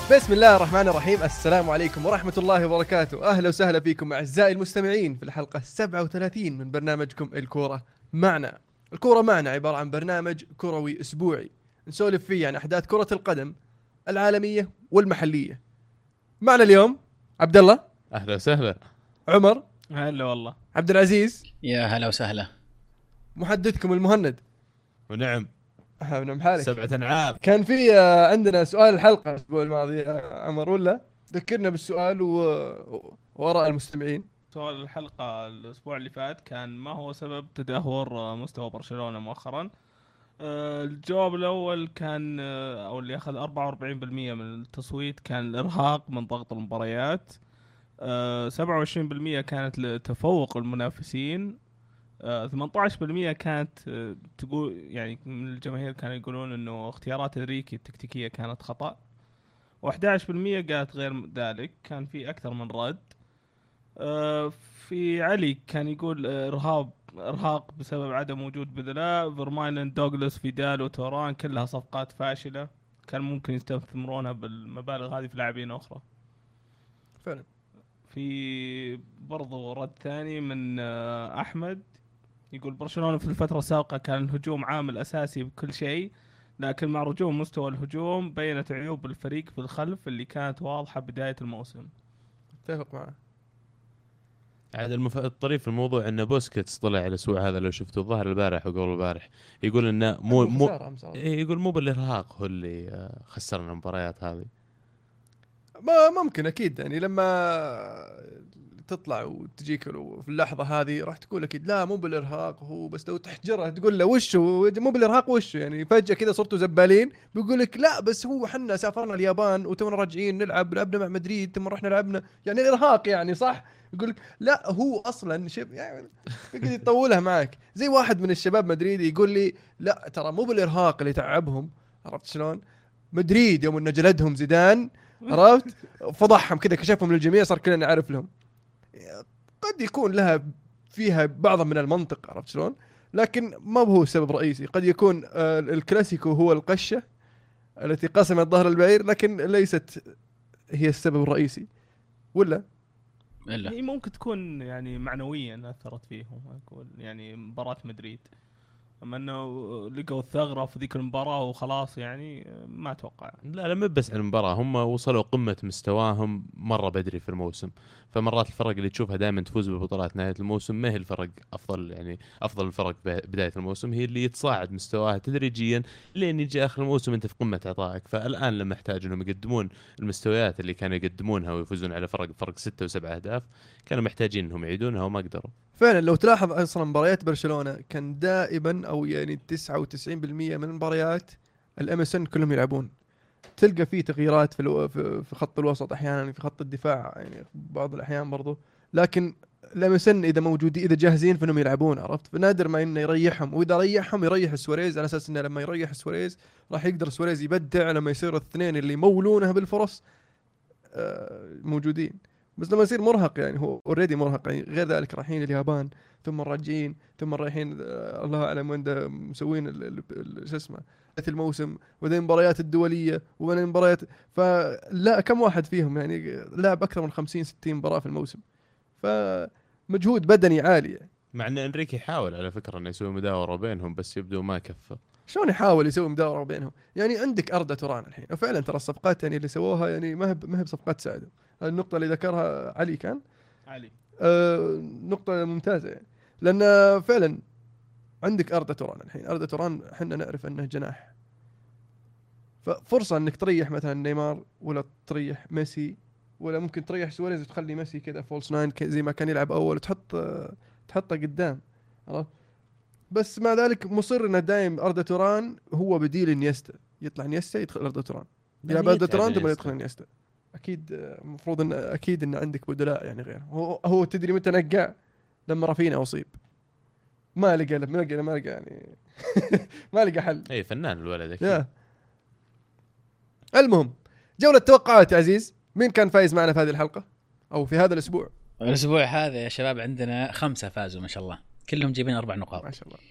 بسم الله الرحمن الرحيم. السلام عليكم ورحمة الله وبركاته. أهلا وسهلا فيكم أعزائي المستمعين في الحلقة 37 من برنامجكم الكورة معنا. الكورة معنا عبارة عن برنامج كروي أسبوعي نسولف فيه عن أحداث كرة القدم العالمية والمحلية. معنا اليوم عبد الله. أهلا وسهلا. عمر. هلا والله. عبد العزيز. يا هلا وسهلا. محدثكم المهند. ونعم. نعم حالك. 7 أنعام. كان في عندنا سؤال الحلقة الأسبوع الماضي يا عمر، ولا ذكرنا بالسؤال وراء المستمعين. سؤال الحلقة الأسبوع اللي فات كان ما هو سبب تدهور مستوى برشلونة مؤخرا؟ الجواب الأول كان أو اللي أخذ 44% من التصويت كان الإرهاق من ضغط المباريات. 27% كانت لتفوق المنافسين. 18% كانت تقول يعني من الجماهير كانوا يقولون إنه اختيارات إنريكي التكتيكية كانت خطأ. و11% قالت غير ذلك. كان في أكثر من رد. في علي كان يقول إرهاق بسبب عدم وجود بدلاء. فيرماينن، دوغلاس، فيدال وتوران كلها صفقات فاشلة، كان ممكن يستثمرونها بالمبالغ هذه في لاعبين أخرى. فعلا. في برضو رد ثاني من أحمد يقول برشلونة في الفترة السابقة كان الهجوم عامل أساسي بكل شيء، لكن مع رجوع مستوى الهجوم بينت عيوب الفريق في الخلف اللي كانت واضحة بداية الموسم. اتفق معه. عاد الطريف في الموضوع ان بوسكيتس طلع الاسبوع هذا لو شفتوا الظاهر البارح وقبل البارح يقول انه يقول مو بالارهاق هو اللي خسرنا المباريات هذه. ما ممكن اكيد يعني لما تطلع وتجيك في اللحظه هذه راح تقول اكيد لا مو بالارهاق هو، بس لو تحجره تقول له وش هو مو بالارهاق وش يعني فجاه كذا صرتوا زبالين بيقول لك لا بس هو حنا سافرنا اليابان وتونا راجعين لعبنا مع مدريد ثم رحنا لعبنا يعني الارهاق يعني صح. يقول لك لا هو اصلا يعني يقعد يطولها معك. زي واحد من الشباب مدريدي يقول لي لا ترى مو بالارهاق اللي تعبهم، عرفت شلون؟ مدريد يوم انه جلدهم زيدان عرفت فضحهم كذا كشفهم للجميع صار كلنا نعرف لهم. قد يكون لها فيها بعض من المنطق، عرفت شلون؟ لكن ما هو سبب رئيسي. قد يكون الكلاسيكو هو القشة التي قسمت ظهر البعير، لكن ليست هي السبب الرئيسي. ولا هي ممكن تكون يعني معنويا أثرت فيهم. أقول يعني مباراة مدريد أما أنه لقوا الثغرة في ذيك المباراة وخلاص يعني ما أتوقع. لا مو بس على المباراة، هم وصلوا قمة مستواهم مرة بدري في الموسم، فمرات الفرق اللي تشوفها دائما تفوز ببطولات نهاية الموسم ما هي الفرق أفضل الفرق بداية الموسم، هي اللي يتصاعد مستواها تدريجيا لين يجي آخر الموسم أنت في قمة عطائك. فالآن لما يحتاج أنهم يقدمون المستويات اللي كانوا يقدمونها ويفوزون على فرق 6 و7 أهداف، كانوا محتاجين أنهم يعيدونها وما قدروا. فعلا لو تلاحظ اصلا مباريات برشلونة كان دائما او يعني 99% من المباريات الMSN كلهم يلعبون. تلقى فيه تغييرات في خط الوسط احيانا، في خط الدفاع يعني بعض الاحيان برضو، لكن الMSN اذا موجودين اذا جاهزين فانهم يلعبون، عرفت؟ فنادر ما انه يريحهم، واذا ريحهم يريح سواريز على اساس انه لما يريح سواريز راح يقدر سواريز يبدع لما يصير الاثنين اللي يمولونه بالفرص موجودين. بس لما يصير مرهق يعني هو اوريدي مرهق يعني، غير ذلك رايحين اليابان ثم راجعين ثم رايحين الله اعلم وين مسوين شو اسمه الموسم، وبعدين المباريات الدوليه وبعدين المباريات، فلا كم واحد فيهم يعني لعب اكثر من 50-60 مباراه في الموسم، فمجهود بدني عالي يعني. مع ان انريكي يحاول على فكرة انه يسوي مداورة بينهم بس يبدو ما كفى. شلون يحاول يسوي مداورة بينهم؟ يعني عندك أردا توران الحين وفعلا ترى الصفقات يعني اللي سووها يعني ما هي بصفقات ساعدة. النقطة اللي ذكرها علي كان علي نقطة ممتازة يعني، لأن فعلا عندك أردا توران الحين. أردا توران حنا نعرف أنه جناح، ففرصة أنك تريح مثلا نيمار ولا تريح ميسي ولا ممكن تريح سواريز وتخلي ميسي كذا فولس ناين زي ما كان يلعب أول تحطه قدام، عرفت؟ بس مع ذلك مصر انه دايم أردا توران هو بديل انيستا، يطلع انيستا يدخل أردا توران، يلعب أردا توران ثم يدخل انيستا. اكيد المفروض ان اكيد ان عندك بدلاء يعني غير هو تدري متى نقع؟ لما رافينا اصيب ما لقى يعني ما لقى حل. اي فنان الولد اكيد. المهم جولة توقعات يا عزيز، مين كان فايز معنا في هذه الحلقة او في هذا الاسبوع؟ الاسبوع هذا يا شباب عندنا 5 فازوا ما شاء الله، كلهم جايبين 4 نقاط ما شاء الله.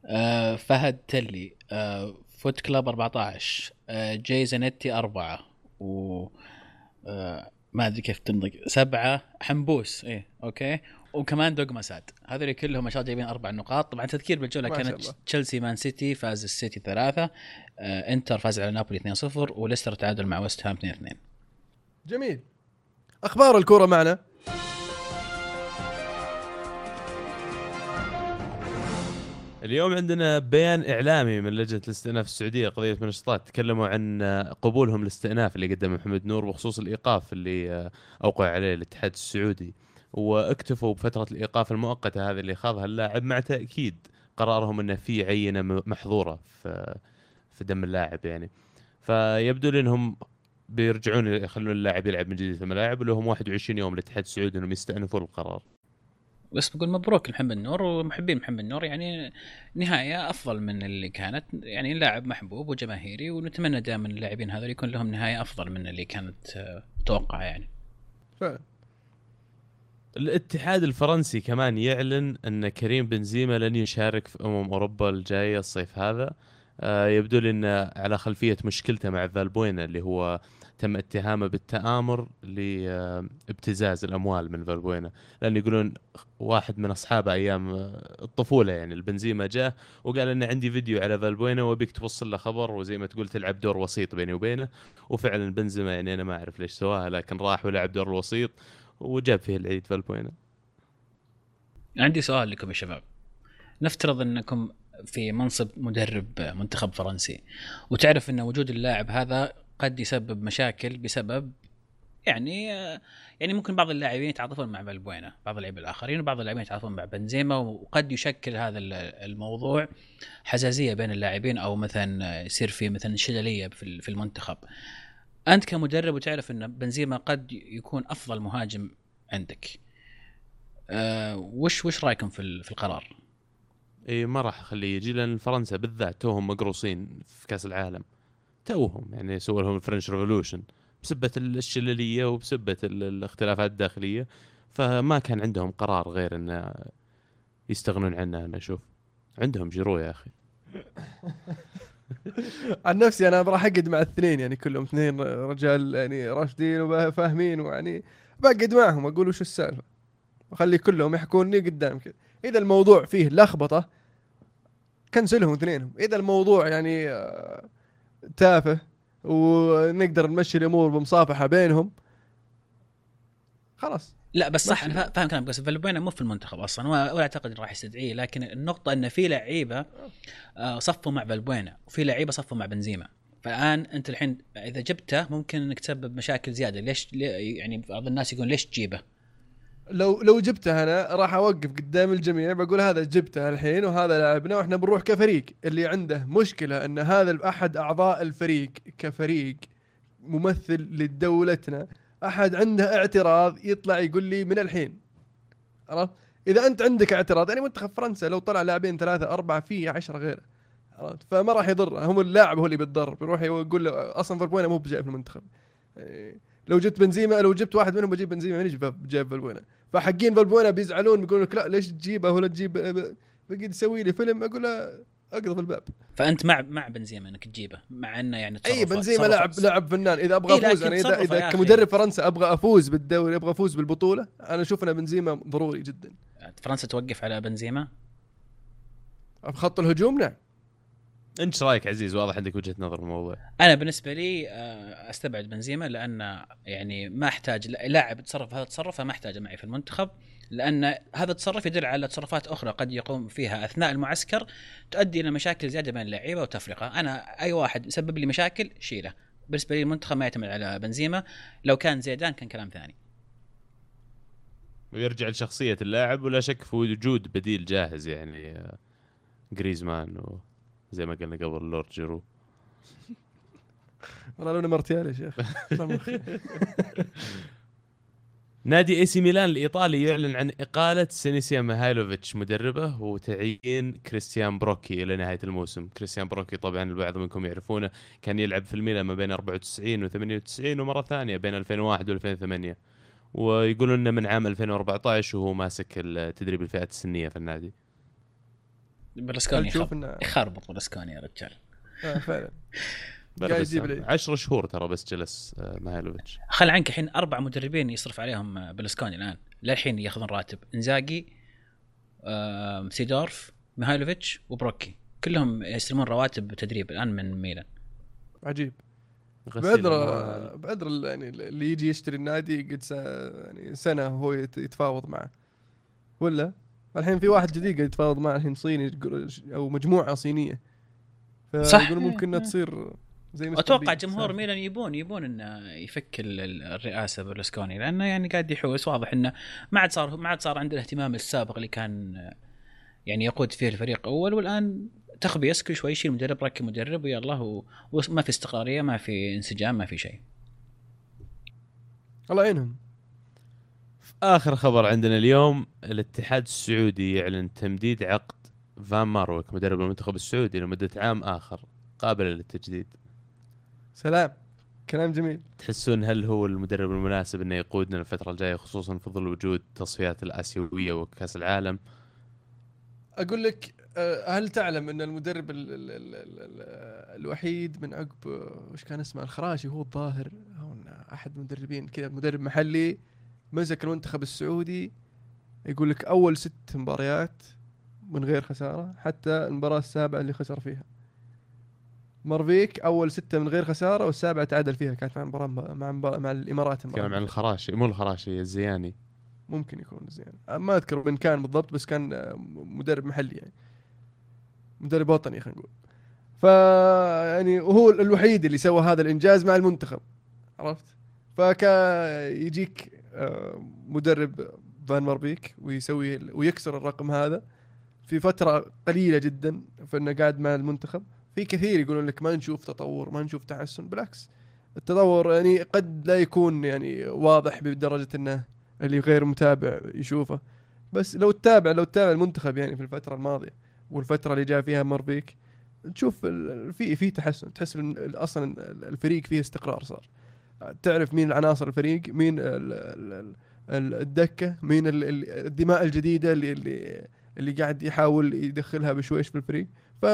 فهد تلي، فوت كلاب 14، جاي زانيتي 4، و ما ادري كيف تنطق 7 حنبوس ايه اوكي وكمان دوغما ساد. هذول كلهم ما شاء الله جايبين 4 نقاط. طبعا تذكير بالجوله كانت تشيلسي مان سيتي فاز السيتي 3 انتر فاز على نابولي 2-0 وليستر تعادل مع ويست هام 2-2. جميل. اخبار الكرة معنا. اليوم عندنا بيان إعلامي من لجنة الاستئناف السعودية قضية منشطات، تكلموا عن قبولهم الاستئناف اللي قدمه محمد نور بخصوص الإيقاف اللي أوقع عليه الاتحاد السعودي، واكتفوا بفترة الإيقاف المؤقتة هذه اللي خاضها اللاعب مع تأكيد قرارهم أنه في عينة محظورة في دم اللاعب يعني. فيبدو لأنهم بيرجعون يخلون اللاعب يلعب من جديد في الملاعب، ولهم 21 يوم للاتحاد السعودي أنهم يستأنفوا القرار. بس بقول مبروك لمحمد نور ومحبين محمد نور، يعني نهاية أفضل من اللي كانت، يعني لاعب محبوب وجماهيري، ونتمنى دائما اللاعبين هذول يكون لهم نهاية أفضل من اللي كانت متوقعة يعني. فعلا. الاتحاد الفرنسي كمان يعلن أن كريم بنزيما لن يشارك في أوروبا الجاية الصيف هذا. يبدو لي أنه على خلفية مشكلته مع فالبوينا اللي هو تم اتهامه بالتآمر لابتزاز الأموال من فالبوينا، لأن يقولون واحد من أصحابه أيام الطفولة يعني البنزيما جاء وقال أن عندي فيديو على فالبوينا وبيك توصل له خبر وزي ما تقول تلعب دور وسيط بيني وبينه. وفعلا بنزيما يعني أنا ما أعرف ليش سواها، لكن راح ولعب دور الوسيط وجاب فيه العيد فالبوينا. عندي سؤال لكم يا شباب، نفترض أنكم في منصب مدرب منتخب فرنسي وتعرف أن وجود اللاعب هذا قد يسبب مشاكل بسبب يعني ممكن بعض اللاعبين يتعاطفون مع فالبوينا، بعض اللاعبين الآخرين، وبعض اللاعبين يتعاطفون مع بنزيما، وقد يشكل هذا الموضوع حزازية بين اللاعبين أو مثلا يصير في مثلا شللية في المنتخب. أنت كمدرب وتعرف أن بنزيما قد يكون أفضل مهاجم عندك، وش رأيكم في القرار؟ إيه ما راح أخليه يجي، لأن فرنسا بالذات توهم مقروصين في كأس العالم، توهم يعني سووا لهم الفرنش ريفولوشن بسبة الشللية وبسبة الاختلافات الداخلية، فما كان عندهم قرار غير أن يستغنون عنه. أنا أشوف عندهم جيرو يا أخي. عن نفسي أنا راح أقعد مع الاثنين، يعني كلهم اثنين رجال يعني راشدين وفاهمين، ويعني بقعد معهم أقول وش السالفة، وخلي كلهم يحكوني قدام كذا. إذا الموضوع فيه لخبطة كنسلهم اثنينهم، إذا الموضوع يعني تافه ونقدر نمشي الامور بمصافحه بينهم خلاص. لا بس صح انا فاهم كلامك، بس فالبوينا مو في المنتخب اصلا ولا اعتقد راح يستدعيه، لكن النقطه ان في لعيبه صفوا مع فالبوينا وفي لعيبه صفوا مع بنزيما، فالان انت الحين اذا جبته ممكن انك تسبب مشاكل زياده. ليش يعني بعض الناس يقول ليش تجيبه؟ لو جبته انا راح اوقف قدام الجميع بقول هذا جبته الحين وهذا لاعبنا واحنا بنروح كفريق. اللي عنده مشكله ان هذا احد اعضاء الفريق كفريق ممثل لدولتنا، احد عنده اعتراض يطلع يقول لي من الحين. عرفت؟ اذا انت عندك اعتراض، يعني منتخب فرنسا لو طلع لاعبين 3 4 في 10 غيره، عرفت؟ فما راح يضر، هم اللاعب هو اللي بيتضرر، بيروح يقول له اصلا فالبوينا مو بجاي في المنتخب. لو جبت بنزيما، لو جبت واحد منهم بجيب بنزيما، من يجيب جايب فالبوينا؟ فحقين فالبوينا بيزعلون بيقولون لك لا ليش تجيبه ولا تجيب، بقيت تسوي لي فيلم اقول له اقرب الباب. فانت مع بنزيما انك تجيبه، مع انه يعني اي بنزيما لاعب فنان. اذا ابغى افوز انا، اذا كمدرب فرنسا ابغى افوز بالدوري، ابغى افوز بالبطوله، انا اشوف ان بنزيما ضروري جدا. فرنسا توقف على بنزيما بخط الهجوم. نعم. انت ايش رايك عزيز؟ واضح عندك وجهه نظر الموضوع. انا بالنسبه لي استبعد بنزيما، لان يعني ما احتاج لاعب يتصرف هذا التصرف، ما احتاجه معي في المنتخب، لان هذا التصرف يدل على تصرفات اخرى قد يقوم فيها اثناء المعسكر تؤدي الى مشاكل زياده بين اللعيبه وتفرقه. انا اي واحد يسبب لي مشاكل شيله. بالنسبه لي المنتخب ما يعتمد على بنزيما. لو كان زيدان كان كلام ثاني، ويرجع لشخصيه اللاعب، ولا شك في وجود بديل جاهز يعني غريزمان زي ما قلنا قبل لورد جيرو. والله لو مارتيال يا شيخ. نادي اي سي ميلان الايطالي يعلن عن اقاله سينيسيا ميهايلوفيتش مدربه وتعيين كريستيان بروكي الى نهايه الموسم. كريستيان بروكي طبعا البعض منكم يعرفونه، كان يلعب في الميلان ما بين 94 و98 ومره ثانيه بين 2001 و2008، ويقولون انه من عام 2014 وهو ماسك التدريب الفئات السنيه في النادي. برسكوني يخربط برسكوني يا رجال. فعلا. قاعد يجيب العيد. 10 شهور ترى بس جلس ميهايلوفيتش. خل عنك الحين 4 مدربين يصرف عليهم بلسكوني الان للحين ياخذون راتب. انزاجي، سيدورف، ميهايلوفيتش وبروكي كلهم يستلمون رواتب تدريب الان من ميلان. عجيب. غسيل بعذر يعني اللي يجي يشتري النادي قد يعني سنة هو يتفاوض معه، ولا الحين في واحد جديد قاعد يتفاوض معه الحين صيني أو مجموعة صينية، فيقولون ممكن تصير زي اتوقع جمهور ميلان يبون انه يفك الرئاسه برلسكوني، لانه يعني قاعد يحوس. واضح انه ما عاد صار عنده الاهتمام السابق اللي كان يعني يقود فيه الفريق اول، والان تخبيص كل شوي يشيل مدرب ركب مدرب ويلا، وما في استقراريه، ما في انسجام، ما في شيء. الله يعينهم. آخر خبر عندنا اليوم، الاتحاد السعودي يعلن تمديد عقد فان مارويك مدرب المنتخب السعودي لمدة عام آخر قابل للتجديد. سلام، كلام جميل. تحسون هل هو المدرب المناسب انه يقودنا الفترة الجاية، خصوصا في ظل وجود تصفيات الآسيوية وكأس العالم؟ أقول لك، هل تعلم أن المدرب الوحيد من عقب وش كان اسمه الخراشي، هو الظاهر أو أحد مدربين كذا، مدرب محلي مسك المنتخب السعودي، يقول لك أول 6 مباريات من غير خسارة، حتى المباراة السابعة اللي خسر فيها مرفيك أول 6 من غير خسارة، والسابعة تعادل فيها، كانت مع الإمارات. كلام عن الخراشي، مو الخراشي، الزياني. ممكن يكون زين، ما أذكر من كان بالضبط، بس كان مدرب محلي يعني، مدرب وطني خلينا نقول. يعني وهو الوحيد اللي سوى هذا الإنجاز مع المنتخب، عرفت؟ يجيك مدرب فان ماربيك ويسوي ويكسر الرقم هذا في فترة قليلة جدا، فإنه قاعد مع المنتخب. في كثير يقولون لك ما نشوف تطور، ما نشوف تحسن. بالعكس، التطور يعني قد لا يكون يعني واضح بدرجة إنه اللي غير متابع يشوفه، بس لو تتابع المنتخب يعني في الفترة الماضية والفترة اللي جاء فيها ماربيك، تشوف في تحسن، تحس إن أصلا الفريق فيه استقرار صار. تعرف مين العناصر الفريق، مين الدكة، مين الدماء الجديدة اللي قاعد يحاول يدخلها بشويش في الفريق.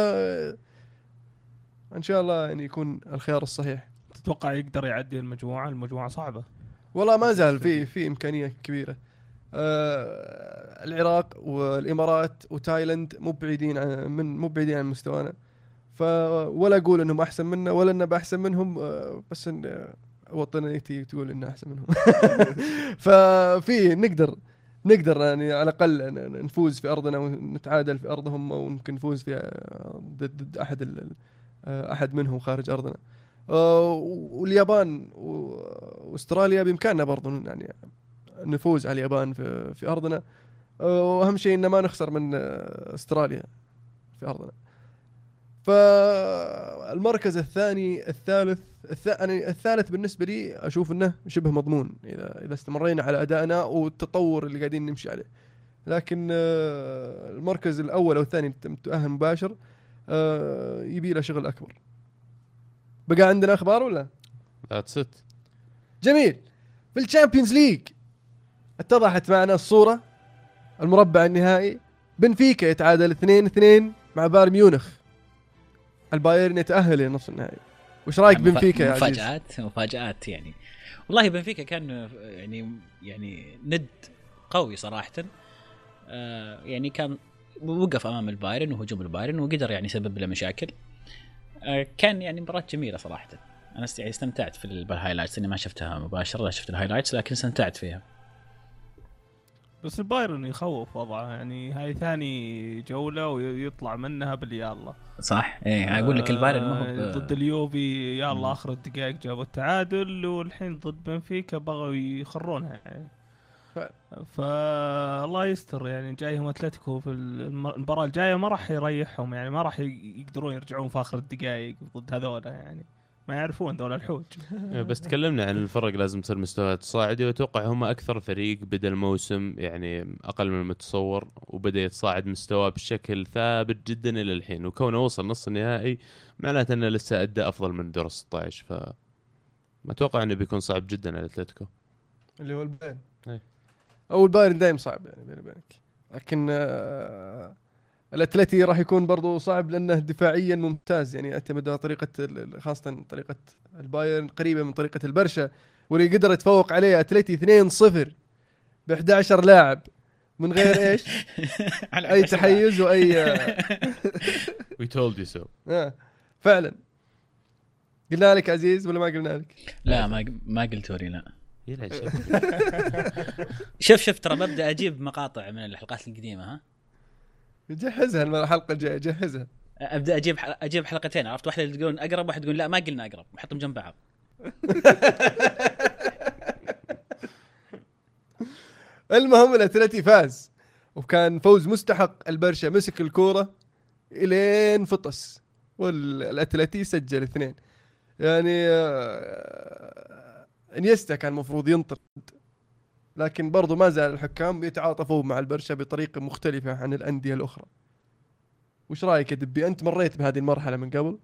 ان شاء الله يعني يكون الخيار الصحيح. تتوقع يقدر يعدي المجموعة صعبة؟ والله ما زال في إمكانية كبيرة. العراق والإمارات وتايلاند مو بعيدين عن مستوانا، ولا أقول إنهم أحسن منا ولا إننا بأحسن منهم، بس إن وطنيتي تقول إننا أحسن منهم. ففي نقدر يعني على الأقل نفوز في أرضنا ونتعادل في أرضهم، أو ممكن نفوز في ضد أحد منهم خارج أرضنا. واليابان واستراليا بإمكاننا برضو يعني نفوز على اليابان في أرضنا، وأهم شيء إن ما نخسر من استراليا في أرضنا. فالمركز الثاني الثالث بالنسبة لي أشوف إنه شبه مضمون إذا استمرينا على أدائنا والتطور اللي قاعدين نمشي عليه. لكن المركز الأول أو الثاني تأهل مباشر يبي له شغل أكبر. بقى عندنا أخبار ولا؟ That's it. جميل. في الشامبيونز ليج اتضحت معنا الصورة، المربع النهائي، بنفيكا يتعادل 2-2 مع بايرن ميونخ، البايرن يتأهل لنصف النهائي. وش رايك بنفيكا يا عزيز؟ مفاجآت يعني. والله بنفيكا كان يعني ند قوي صراحة. يعني كان وقف أمام البايرن وهجوم البايرن وقدر يعني يسبب له مشاكل. كان يعني مباراة جميلة صراحة. أنا يعني استمتعت في الهايلايتس، إني ما شفتها مباشرة، شفت الهايلايتس لكن استمتعت فيها. بس البايرن يخوف وضعه، يعني هاي ثاني جولة ويطلع منها باليالله. صح، إيه أقول لك البايرن ما هو ضد اليوفي يلا آخر الدقائق جابوا التعادل، والحين ضد بنفيكا بغوا يخرونها يعني. فالله يستر يعني. جايهم أتلتيكو في المباراة الجاية، ما راح يريحهم يعني، ما راح يقدرون يرجعون في آخر الدقائق ضد هذولا يعني، ما يعرفون دول الحوج. بس تكلمنا عن الفرق لازم تصير مستوى تصاعدي، وأتوقع هم أكثر فريق بدأ الموسم يعني أقل من المتصور، وبدأ يتصاعد مستواه بشكل ثابت جدا إلى الحين، وكونه وصل نص النهائي معناته أنه لسه أدى أفضل من دور 16. فما أتوقع أنه بيكون صعب جدا على أتلتيكو اللي هو البايرن. أو البايرن دايم صعب يعني بيني وبينك، لكن الاتلتي راح يكون برضو صعب لانه دفاعيا ممتاز، يعني يعتمد على طريقه خاصه طريقه البايرن قريبه من طريقه البرشا، واللي قدر يتفوق عليه اتلتي 2-0 ب 11 لاعب من غير ايش اي تحيز واي we told you so. فعلا. قلنا لك عزيز ولا ما قلنا لك؟ لا ما قلتوا لي لا. يلعب شوف ترى ببدا اجيب مقاطع من الحلقات القديمه. ها جهزها الحلقه الجايه، جهزها. ابدا اجيب حلقتين، عرفت؟ واحده اللي تقولون اقرب، واحد تقول لا ما قلنا اقرب، نحطهم جنب بعض. المهم الاتلتي فاز وكان فوز مستحق. البرشا مسك الكوره الين فطس والاتلتي سجل 2. يعني انيستا كان المفروض ينطرد، لكن برضو ما زال الحكام يتعاطفوا مع البرشا بطريقه مختلفه عن الانديه الاخرى. وش رايك يا دبي؟ انت مريت بهذه المرحله من قبل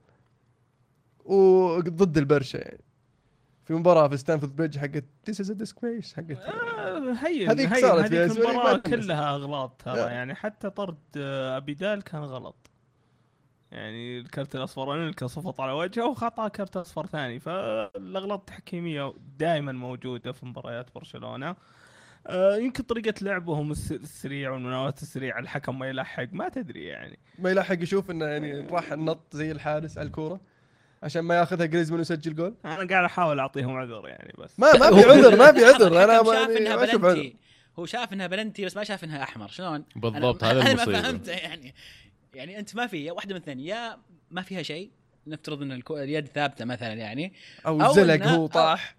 وضد البرشا، يعني في مباراه في ستانفورد بريدج حقت This is a disgrace حقت هذيك صارت المباراه كلها اغلاط ترى. يعني حتى طرد ابيدال كان غلط، يعني الكرت الاصفر اللي صفط على وجهه وخطا كرت اصفر ثاني. فالاغلاط التحكيميه دائما موجوده في مباريات برشلونه. يمكن طريقه لعبهم السريع والمناولات السريعه، الحكم ما يلحق، ما تدري يعني ما يلحق يشوف انه يعني راح النط زي الحارس على الكوره عشان ما ياخذها جريزمان ويسجل جول. انا قاعد احاول اعطيهم عذر يعني، بس ما في عذر، ما في عذر. انا شاف انها بلنتي، هو شاف انها بلنتي بس ما شاف انها احمر. شلون بالضبط؟ هذا المصيبه. ما فهمت يعني انت ما في واحده من اثنين، يا ما فيها شيء، نفترض ان اليد ثابته مثلا يعني، او زلق هو طاح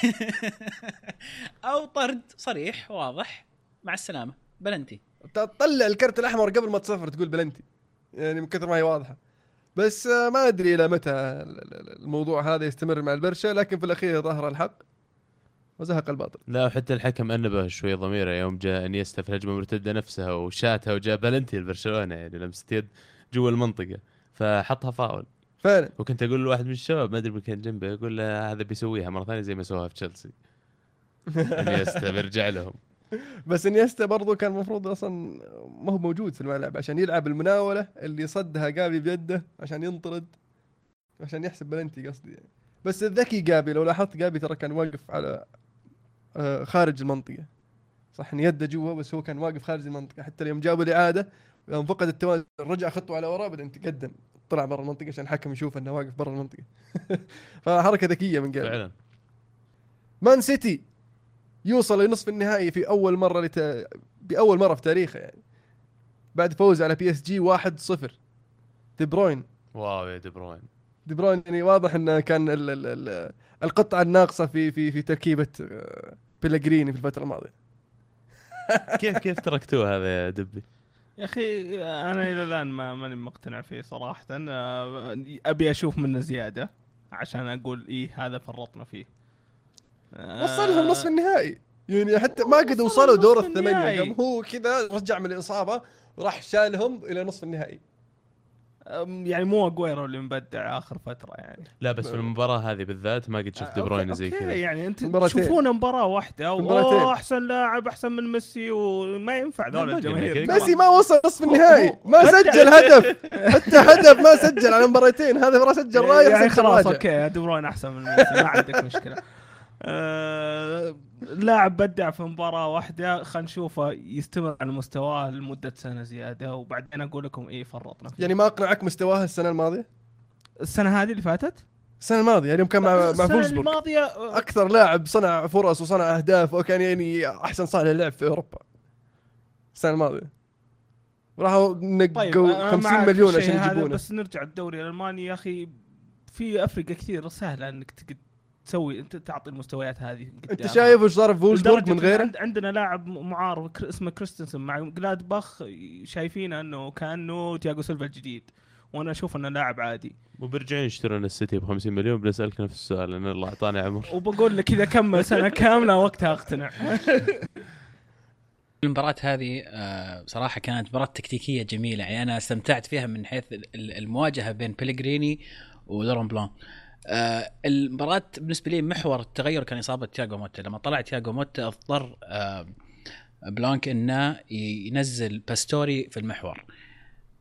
او طرد صريح واضح مع السلامه بلنتي. تطلع الكرت الاحمر قبل ما تصفر تقول بلنتي، يعني من كثر ما هي واضحه. بس ما ادري الى متى الموضوع هذا يستمر مع البرشا، لكن في الاخير ظهر الحق وزهق الباطل. لا وحتى الحكم انبه شوي ضميره يوم جاء انيستا في الهجمه المرتده نفسها وشاتها وجاء بلنتي لبرشلونه، يعني لمست يد جوا المنطقه فحطها فاول فعلا. وكنت اقول لواحد من الشباب ما ادري من كان جنبه، يقول له هذا بيسويها مره ثانيه زي ما سووها في تشيلسي. انيستا بيرجع لهم. بس انيستا برضو كان المفروض اصلا ما هو موجود في الملعب عشان يلعب المناوله اللي صدها جابي بيده عشان ينطرد، عشان يحسب بلنتي قصدي يعني. بس الذكي جابي، لو لاحظت جابي ترى كان واقف على خارج المنطقه، صح ان يده جوا بس هو كان واقف خارج المنطقه. حتى اليوم جابوا الاعاده يوم فقد التوازن رجع خطوه على وراء بعدين تقدم طلع برا المنطقه عشان الحكم يشوف انه واقف برا المنطقه. فحركه ذكيه من جابي فعلا. مان سيتي يوصل لنصف النهائي في بأول مرة في تاريخه، يعني بعد فوز على بي اس جي 1-0. دي بروين، واو يا دي بروين يعني واضح انه كان القطعة الناقصة في تركيبة بيلغريني في الفترة الماضية. كيف تركتوه هذا يا دبي؟ يا اخي انا الى الان ماني مقتنع فيه صراحه. ابي اشوف منه زياده عشان اقول ايه هذا فرطنا فيه. وصلهم نصف النهائي، يعني حتى ما قد وصلوا دور الثمانية، قام هو كذا رجع من الإصابة وراح شالهم إلى نصف النهائي. يعني مو أجويرو اللي مبدع آخر فترة يعني. لا بس في المباراة هذه بالذات ما قد شفت دي بروين زي كذا. يعني أنت تشوفون مباراة واحدة وأحسن لاعب أحسن من ميسي وما ينفع ذول الجماهير. ميسي ما وصل نصف النهائي، ما سجل هدف، حتى هدف ما سجل على مباراتين. هذا مرة سجل رايح يعني خلاص أوكي دي بروين أحسن من ميسي ما عندك مشكلة. لاعب بدع في مباراة واحدة، خلينا نشوفه يستمر على مستواه لمدة سنة زيادة وبعدين أقول لكم إيه فرطنا فيه. يعني ما أقنعك مستواه السنة الماضية؟ السنة هذه اللي فاتت؟ السنة الماضية يعني كان مع فولسبورغ الماضية أكثر لاعب صنع فرص وصنع أهداف وكان يعني أحسن صانع لعب في أوروبا السنة الماضية. راحوا نقوا 50 مليون عشان يجيبونه. بس نرجع الدوري الألماني يا أخي، في أفريقيا كثير سهلة أنك تسوي انت تعطي المستويات هذه. انت شايف وش صار في فولسبورغ من غيره؟ عندنا لاعب معار اسمه كريستنسن مع جلادباخ، شايفينه انه كانه تياغو سيلفا الجديد، وانا اشوف انه لاعب عادي. وبرجعين يشترون السيتي ب 50 مليون. بنسالك نفس السؤال لان الله اعطاني عمر وبقول لك اذا كمل سنه كامله وقتها اقتنع. المباراة هذه صراحة كانت مباراة تكتيكية جميلة، يعني أنا استمتعت فيها من حيث المواجهة بين بيلغريني ولوران بلان. المباراة بالنسبة لي محور التغير كان إصابة تياغو موتا. لما طلع تياغو موتا اضطر بلانك إنه ينزل باستوري في المحور.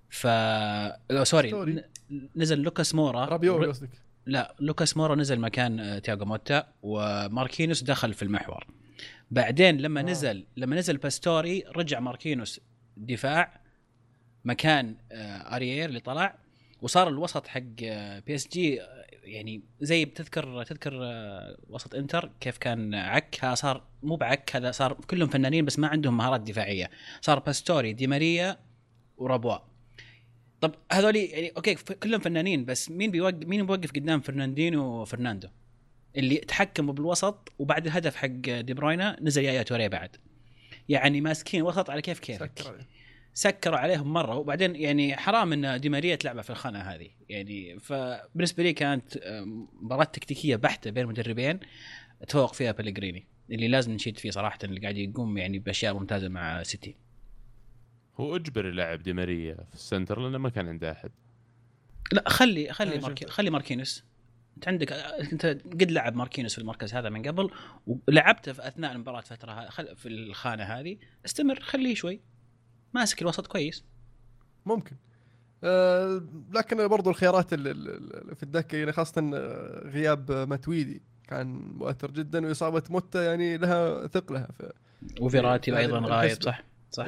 سوري ستوري. نزل لوكاس مورا رابيو قصدك؟ لا لوكاس مورا نزل مكان تياغو موتا، وماركينوس دخل في المحور. بعدين لما نزل باستوري رجع ماركينوس دفاع مكان اريير اللي طلع، وصار الوسط حق بي اس جي يعني زي تذكر وسط انتر كيف كان عك، صار مو بعك، هذا صار كلهم فنانين بس ما عندهم مهارات دفاعيه. صار باستوري دي ماريا ورابوا. طب هذول يعني اوكي كلهم فنانين، بس مين بيوقف قدام فرناندينو وفرناندو اللي تحكموا بالوسط؟ وبعد الهدف حق دي بروينا نزل يايا توري بعد، يعني ماسكين وسط على كيفك. سكروا عليهم مره. وبعدين يعني حرام ان دي ماريا تلعب في الخانه هذه يعني. فبالنسبه لي كانت مباراه تكتيكيه بحته بين مدربين تفوق فيها بيلغريني اللي لازم نشيد فيه صراحه، اللي قاعد يقوم يعني باشياء ممتازه مع سيتي. هو اجبر يلعب دي ماريا في السنتر لانه ما كان عنده احد. لا خلي ماركينوس. انت قد لعب ماركينوس في المركز هذا من قبل، ولعبته في اثناء المباراه فتره في الخانه هذه. استمر، خليه شوي ماسك الوسط كويس ممكن. لكن برضو الخيارات في الدكه يعني خاصه غياب ماتويدي كان مؤثر جدا، واصابه موتا يعني لها ثقلها. وفيراتي ايضا غايب. صح.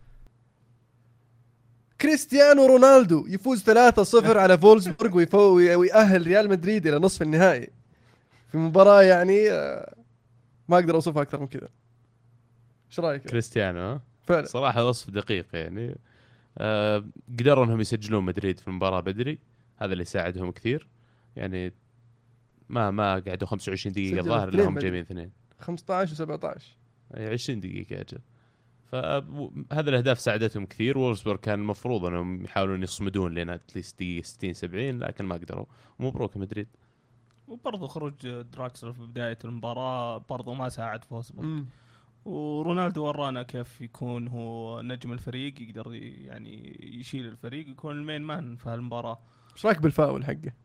كريستيانو رونالدو يفوز 3-0 على فولسبورغ ويأهل ريال مدريد الى نصف النهائي في مباراه يعني ما اقدر اوصفها اكثر من كذا. ايش رايك كريستيانو؟ فعلا صراحه وصف دقيق يعني. قدروا انهم يسجلون مدريد في المباراه بدري، هذا اللي ساعدهم كثير يعني. ما قعدوا 25 دقيقه الظاهر لهم جايبين اثنين 15 و17 20 دقيقه اجل. فهذا الاهداف ساعدتهم كثير. وولفسبورغ كان المفروض انهم يحاولون يصمدون لين اتليست دقيقه 60 70 لكن ما قدروا. مبروك مدريد. وبرضه خروج دراكسلر في بدايه المباراه برضه ما ساعد فولسبورغ. ورونالدو ورانا كيف يكون هو نجم الفريق، يقدر يعني يشيل الفريق، يكون المين مان في هالمباراه. ايش رايك بالفاول حقه؟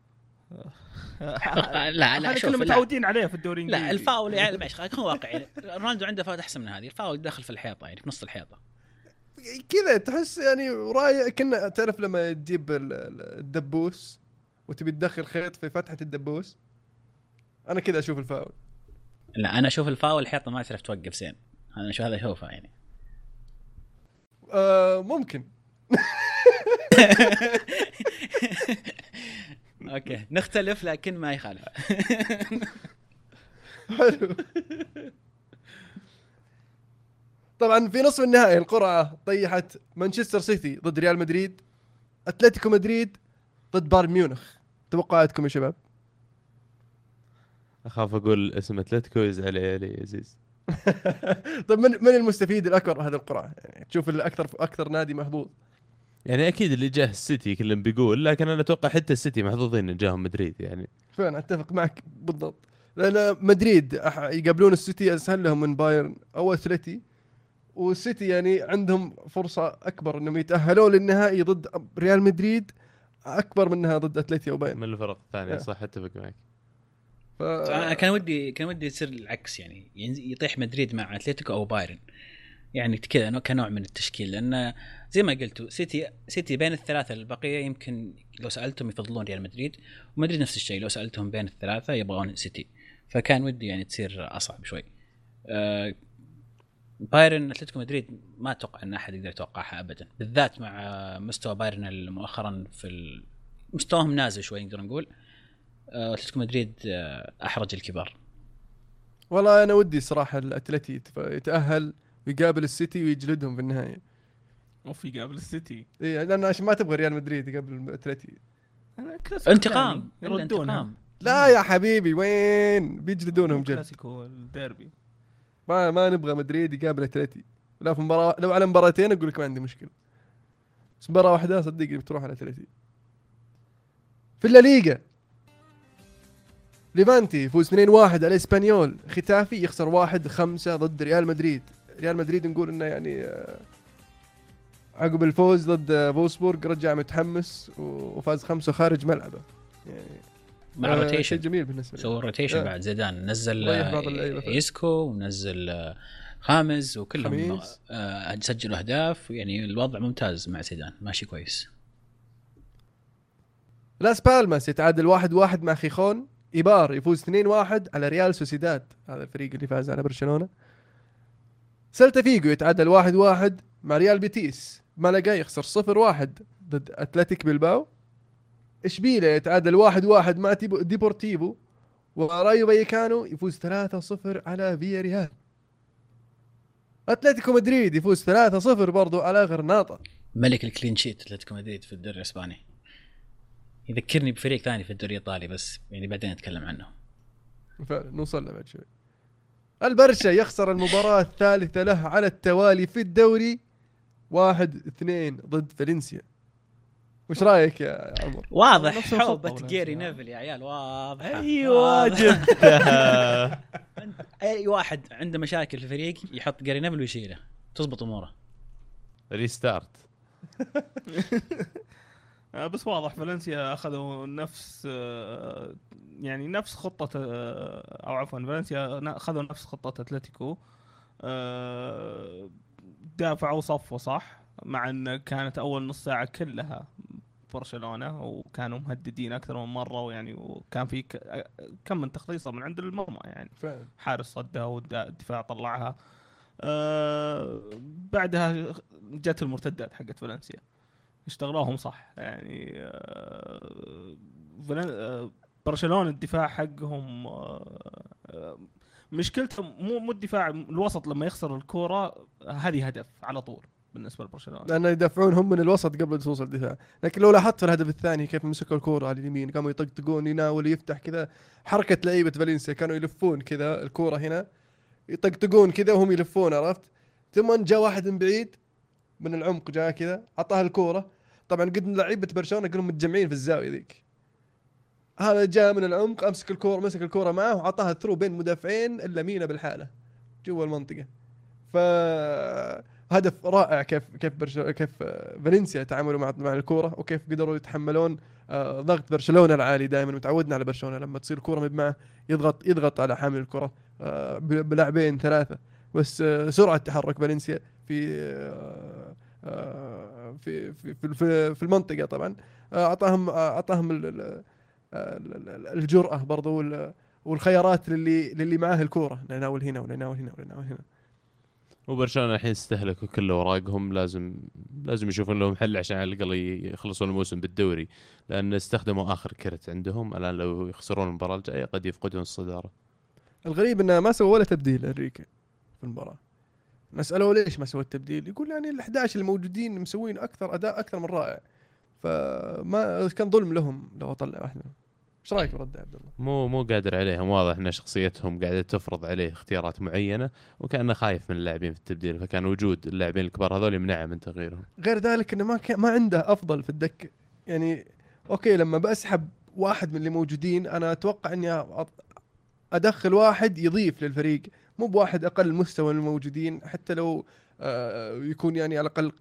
لا شوف متعودين عليه في الدوري الانجليزي. لا الفاول يعني معلش خلينا نكون واقعي. رونالدو عنده فاول احسن من هذه. الفاول داخل في الحيطه يعني في نص الحيطه كذا، تحس يعني رايح كنا تعرف لما تجيب الدبوس وتبي تدخل خيط في فتحه الدبوس. انا كذا اشوف الفاول. لا انا اشوف الفاول الحيطه ما تعرف توقف زين. انا شو هذا اشوفه يعني. ممكن. اوكي نختلف لكن ما يخالف. حلو. طبعا في نصف النهائي القرعه طيحت مانشستر سيتي ضد ريال مدريد، اتلتيكو مدريد ضد بايرن ميونخ. توقعاتكم يا شباب؟ اخاف اقول اسم اتلتيكو يزعل علي عزيز. طيب من المستفيد الاكبر هذه القرعه؟ يعني تشوف اكثر نادي محظوظ. يعني اكيد اللي جاه السيتي كلهم بيقول، لكن انا اتوقع حتى السيتي محظوظين ان جاهم مدريد يعني. فعلا اتفق معك بالضبط، لان مدريد يقابلون السيتي اسهل لهم من بايرن او اتلتي، والسيتي يعني عندهم فرصه اكبر انهم يتاهلون للنهائي ضد ريال مدريد اكبر منها ضد اتلتي او بايرن من الفرق الثانيه. صح اتفق معك. كان ودي يصير العكس يعني يطيح مدريد مع اتلتيكو او بايرن يعني كذا كنوع من التشكيل. لان زي ما قلتوا سيتي بين الثلاثه البقيه يمكن لو سالتهم يفضلون ريال مدريد، ومدريد نفس الشيء لو سالتهم بين الثلاثه يبغون سيتي. فكان ودي يعني تصير اصعب شوي. بايرن اتلتيكو مدريد ما اتوقع ان احد يقدر يتوقعها ابدا، بالذات مع مستوى بايرن مؤخرا في مستواهم نازل شوي نقدر نقول. اتلتيكو مدريد احرج الكبار. والله انا ودي صراحه الاتلتي يتاهل ويقابل السيتي ويجلدهم في النهايه. يقابل السيتي اي لان عشان ما تبغى ريال مدريد يقابل الاتلتي. انتقام يردونها. لا يا حبيبي وين بيجلدونهم جلد. كلاسيكو الديربي. ما نبغى مدريد يقابل اتلتي. لا في مباراه، لو على مباراتين اقول لك ما عندي مشكله، بس مباراه واحده صدقني بتروح على اتلتي. في الليغا ليفانتي يفوز 2-1 على اسبانيول. ختافي يخسر 1-5 ضد ريال مدريد. ريال مدريد نقول انه يعني عقب الفوز ضد فولسبورغ رجع متحمس وفاز 5 خارج ملعبه يعني مع روتيشن جميل بالنسبه لي. سوى روتيشن بعد زيدان نزل إيسكو ونزل خامز وكلهم سجلوا اهداف يعني. الوضع ممتاز مع زيدان ماشي كويس. لاس بالماس يتعادل 1-1 مع خيخون. إيبار يفوز 2-1 على ريال سوسيداد، هذا الفريق اللي فاز على برشلونة. سيلتا فيجو يتعادل 1-1 مع ريال بيتيس. مالاغا يخسر 0-1 ضد أتلتيك بلباو. إشبيلية يتعادل 1-1 مع ديبورتيفو. ورايو بايكانو يفوز 3-0 على فيا ريال. أتلتيكو مدريد يفوز 3-0 برضو على غرناطة. ملك الكلين شيت أتلتيكو مدريد في الدوري الإسباني، يذكرني بفريق ثاني في الدوري الإيطالي بس يعني بعدين نتكلم عنه. فعلا نوصل له بعد شوي. البرشا يخسر المباراة الثالثة له على التوالي في الدوري 1-2 ضد فالنسيا. وش رايك يا عمر؟ واضح نفس الخطة حوبة ولا جيري إيش؟ نيفل يا عيال، واضح. ايوه جبتها. اي واحد عنده مشاكل في الفريق يحط جيري نيفل ويشيله تزبط اموره. ريستارت. بس واضح فالنسيا اخذوا نفس يعني نفس خطة او عفوا فالنسيا اخذوا نفس خطة اتلتيكو. دافعوا صفوا صح، مع ان كانت اول نص ساعة كلها برشلونة وكانوا مهددين اكثر من مرة، ويعني وكان في كم من تخليصة من عند المرمى يعني. فعلا حارس صدها والدفاع طلعها. بعدها جت المرتدات حقت فالنسيا اشتغلوهم صح يعني. برشلونة الدفاع حقهم مشكلتهم مو الدفاع، الوسط لما يخسر الكرة هذه هدف على طول بالنسبة لبرشلونة، لأن يدافعون هم من الوسط قبل توصل الدفاع. لكن لو لاحظت في الهدف الثاني كيف مسكوا الكرة على اليمين، قاموا يطقطقون يناول يفتح كذا. حركة لعيبة فالنسيا كانوا يلفون كذا الكرة هنا يطقطقون كذا وهم يلفون، عرفت؟ ثم جاء واحد من بعيد من العمق جاء كذا عطاه الكرة. طبعا قد لعيبة برشلونة كلهم متجمعين في الزاوية ذيك. هذا جاء من العمق امسك الكرة، مسك الكرة معه وعطاها ثرو بين مدافعين الا مينا بالحالة جوا المنطقة. فهدف رائع كيف فالنسيا تعاملوا مع الكرة، وكيف قدروا يتحملون ضغط برشلونة العالي. دائما متعودنا على برشلونة لما تصير الكرة معه يضغط على حامل الكرة بلاعبين ثلاثة بس. سرعة تحرك فالنسيا في المنطقة طبعا اعطاهم الجرأة برضو والخيارات للي معاه الكورة، نناول هنا ونناول هنا ونناول هنا. وبرشلونة الحين استهلكوا كل اوراقهم، لازم يشوفون لهم حل عشان على الاقل يخلصون الموسم بالدوري، لان استخدموا اخر كرت عندهم. الان لو يخسرون المباراة الجاية قد يفقدون الصدارة. الغريب انه ما سووا ولا تبديل انريكي في المباراة. نسأله ليش ما سوى التبديل، يقول يعني ال11 الموجودين مسوين اكثر اداء اكثر من رائع، فما كان ظلم لهم لو اطلع واحد منهم. ايش رايك برد عبد الله؟ مو قادر عليهم، واضح ان شخصيتهم قاعده تفرض عليه اختيارات معينه، وكانه خايف من اللاعبين في التبديل، فكان وجود اللاعبين الكبار هذول يمنعه من تغييرهم. غير ذلك انه ما عنده افضل في الدكه يعني. اوكي لما بسحب واحد من اللي موجودين انا اتوقع اني ادخل واحد يضيف للفريق، مو بواحد اقل مستوى من الموجودين، حتى لو يكون يعني على الاقل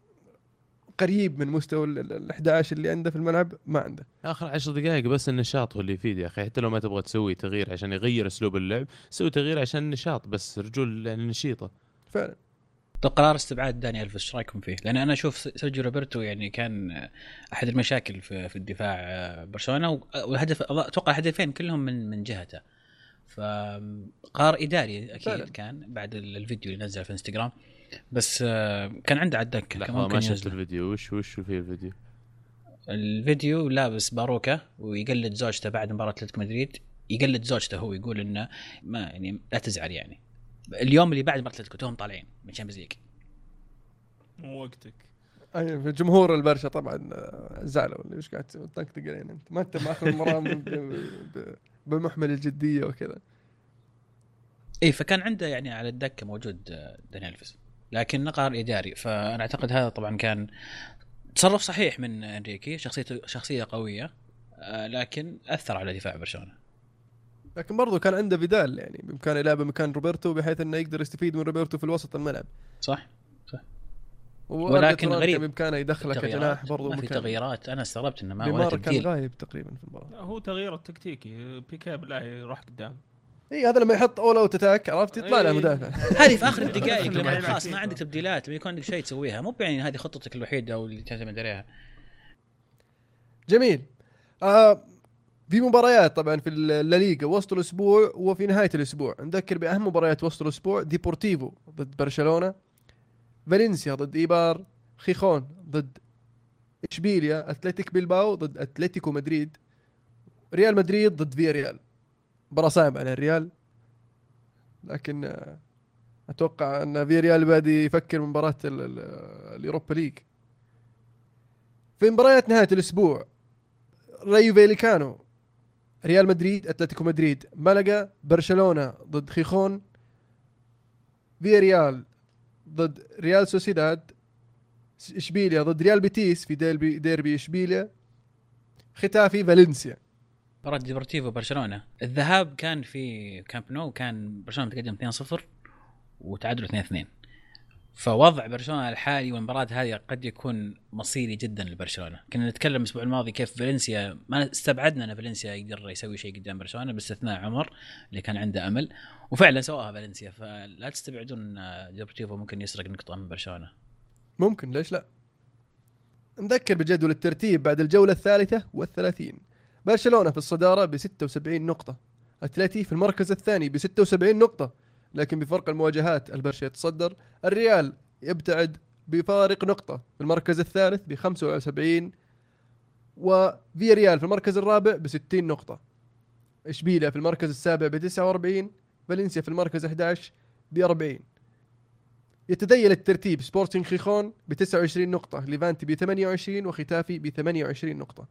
قريب من مستوى ال11 اللي عنده في الملعب. ما عنده اخر 10 دقائق بس النشاط هو اللي يفيد يا اخي. حتى لو ما تبغى تسوي تغيير عشان يغير اسلوب اللعب، سوي تغيير عشان النشاط بس، رجول يعني نشيطه فعلا. طب قرار استبعاد داني ألفيس ايش رايكم فيه؟ لان انا اشوف سيرجيو روبرتو يعني كان احد المشاكل في الدفاع برشلونه، والهدف اتوقع هدفين كلهم من جهته، فقرار اداري اكيد فعلا. كان بعد الفيديو اللي نزل في انستغرام، بس كان عنده على الدكه كان ممكن ما شفت الفيديو. وش في الفيديو لابس باروكه ويقلد زوجته بعد مباراه اتلتيكو مدريد، يقلد زوجته هو يقول انه ما يعني لا تزعل يعني اليوم اللي بعد مباراه اتلتيكو توهم طالعين من شامبيونز ليج مو وقتك. اي في جمهور البرشا طبعا زعلوا اللي وش قاعد تطقطق علينا انت ما اخذ المباراه بمحمل الجديه وكذا. اي فكان عنده يعني على الدكه موجود داني ألفيس، لكن قرار اداري. فانا اعتقد هذا طبعا كان تصرف صحيح من انريكي، شخصيه قويه، لكن اثر على دفاع برشلونه. لكن برضو كان عنده فيدال يعني بامكانه يلعب مكان روبرتو بحيث انه يقدر يستفيد من روبرتو في الوسط الملعب. صح ولكن غريب بامكانه يدخله كجناح برضو. ما في تغييرات، انا استغربت انه ما ولا تبديل. كان غايب تقريبا في المباراه. هو تغيير التكتيكي بيكا بالله يروح قدام. اي هذا لما يحط اول اوت اتاك عرفت يطلع له مدافع. هذه في اخر الدقائق لما خلاص ما عندك تبديلات، لما يكون عندك شيء تسويها، مو يعني هذه خطتك الوحيده او اللي تعتمد عليها. جميل. في مباريات طبعا في الليغا وسط الاسبوع وفي نهايه الاسبوع. نذكر باهم مباريات وسط الاسبوع: ديبورتيفو ضد برشلونه، فالنسيا ضد ايبار، خيخون ضد اشبيليا، اتلتيك بيلباو ضد اتلتيكو مدريد، ريال مدريد ضد فيا ريال. مباراة صعبة على الريال، لكن اتوقع ان فيا ريال بادي يفكر مباراة اليوروبا ليج. في مباريات نهاية الاسبوع: رايو فيليكانو، ريال مدريد، اتلتيكو مدريد، مالاغا، برشلونة ضد خيخون، فيا ريال ضد ريال سوسيداد، اشبيليا ضد ريال بيتيس في ديربي اشبيليا، ختافي فالنسيا. مباراة ديبورتيفو برشلونة، الذهاب كان في كامب نو، كان برشلونة متقدم 2-0 وتعادلوا 2-2. فوضع برشلونة الحالي والمباراة هذه قد يكون مصيري جدا لبرشلونة. كنا نتكلم الأسبوع الماضي كيف فالنسيا، ما استبعدنا أن فالنسيا يقدر يسوي شيء قدام برشلونة باستثناء عمر اللي كان عنده أمل، وفعلا سواها فالنسيا. فلا تستبعدون ديبورتيفو ممكن يسرق نقطة من برشلونة. ممكن، ليش لا. نذكر بجدول الترتيب بعد الجولة 33. برشلونة في الصدارة ب76 نقطة، أتلتي في المركز الثاني ب76 نقطة، لكن بفرق المواجهات البرشا يتصدر. الريال يبتعد بفارق نقطة في المركز الثالث ب75، وفيا ريال في المركز الرابع ب60 نقطة، إشبيليا في المركز السابع ب49، فالنسيا في المركز 11 ب40. يتذيل الترتيب: سبورتنج خيخون ب29 نقطة، ليفانتي ب28، وختافي ب28 نقطة.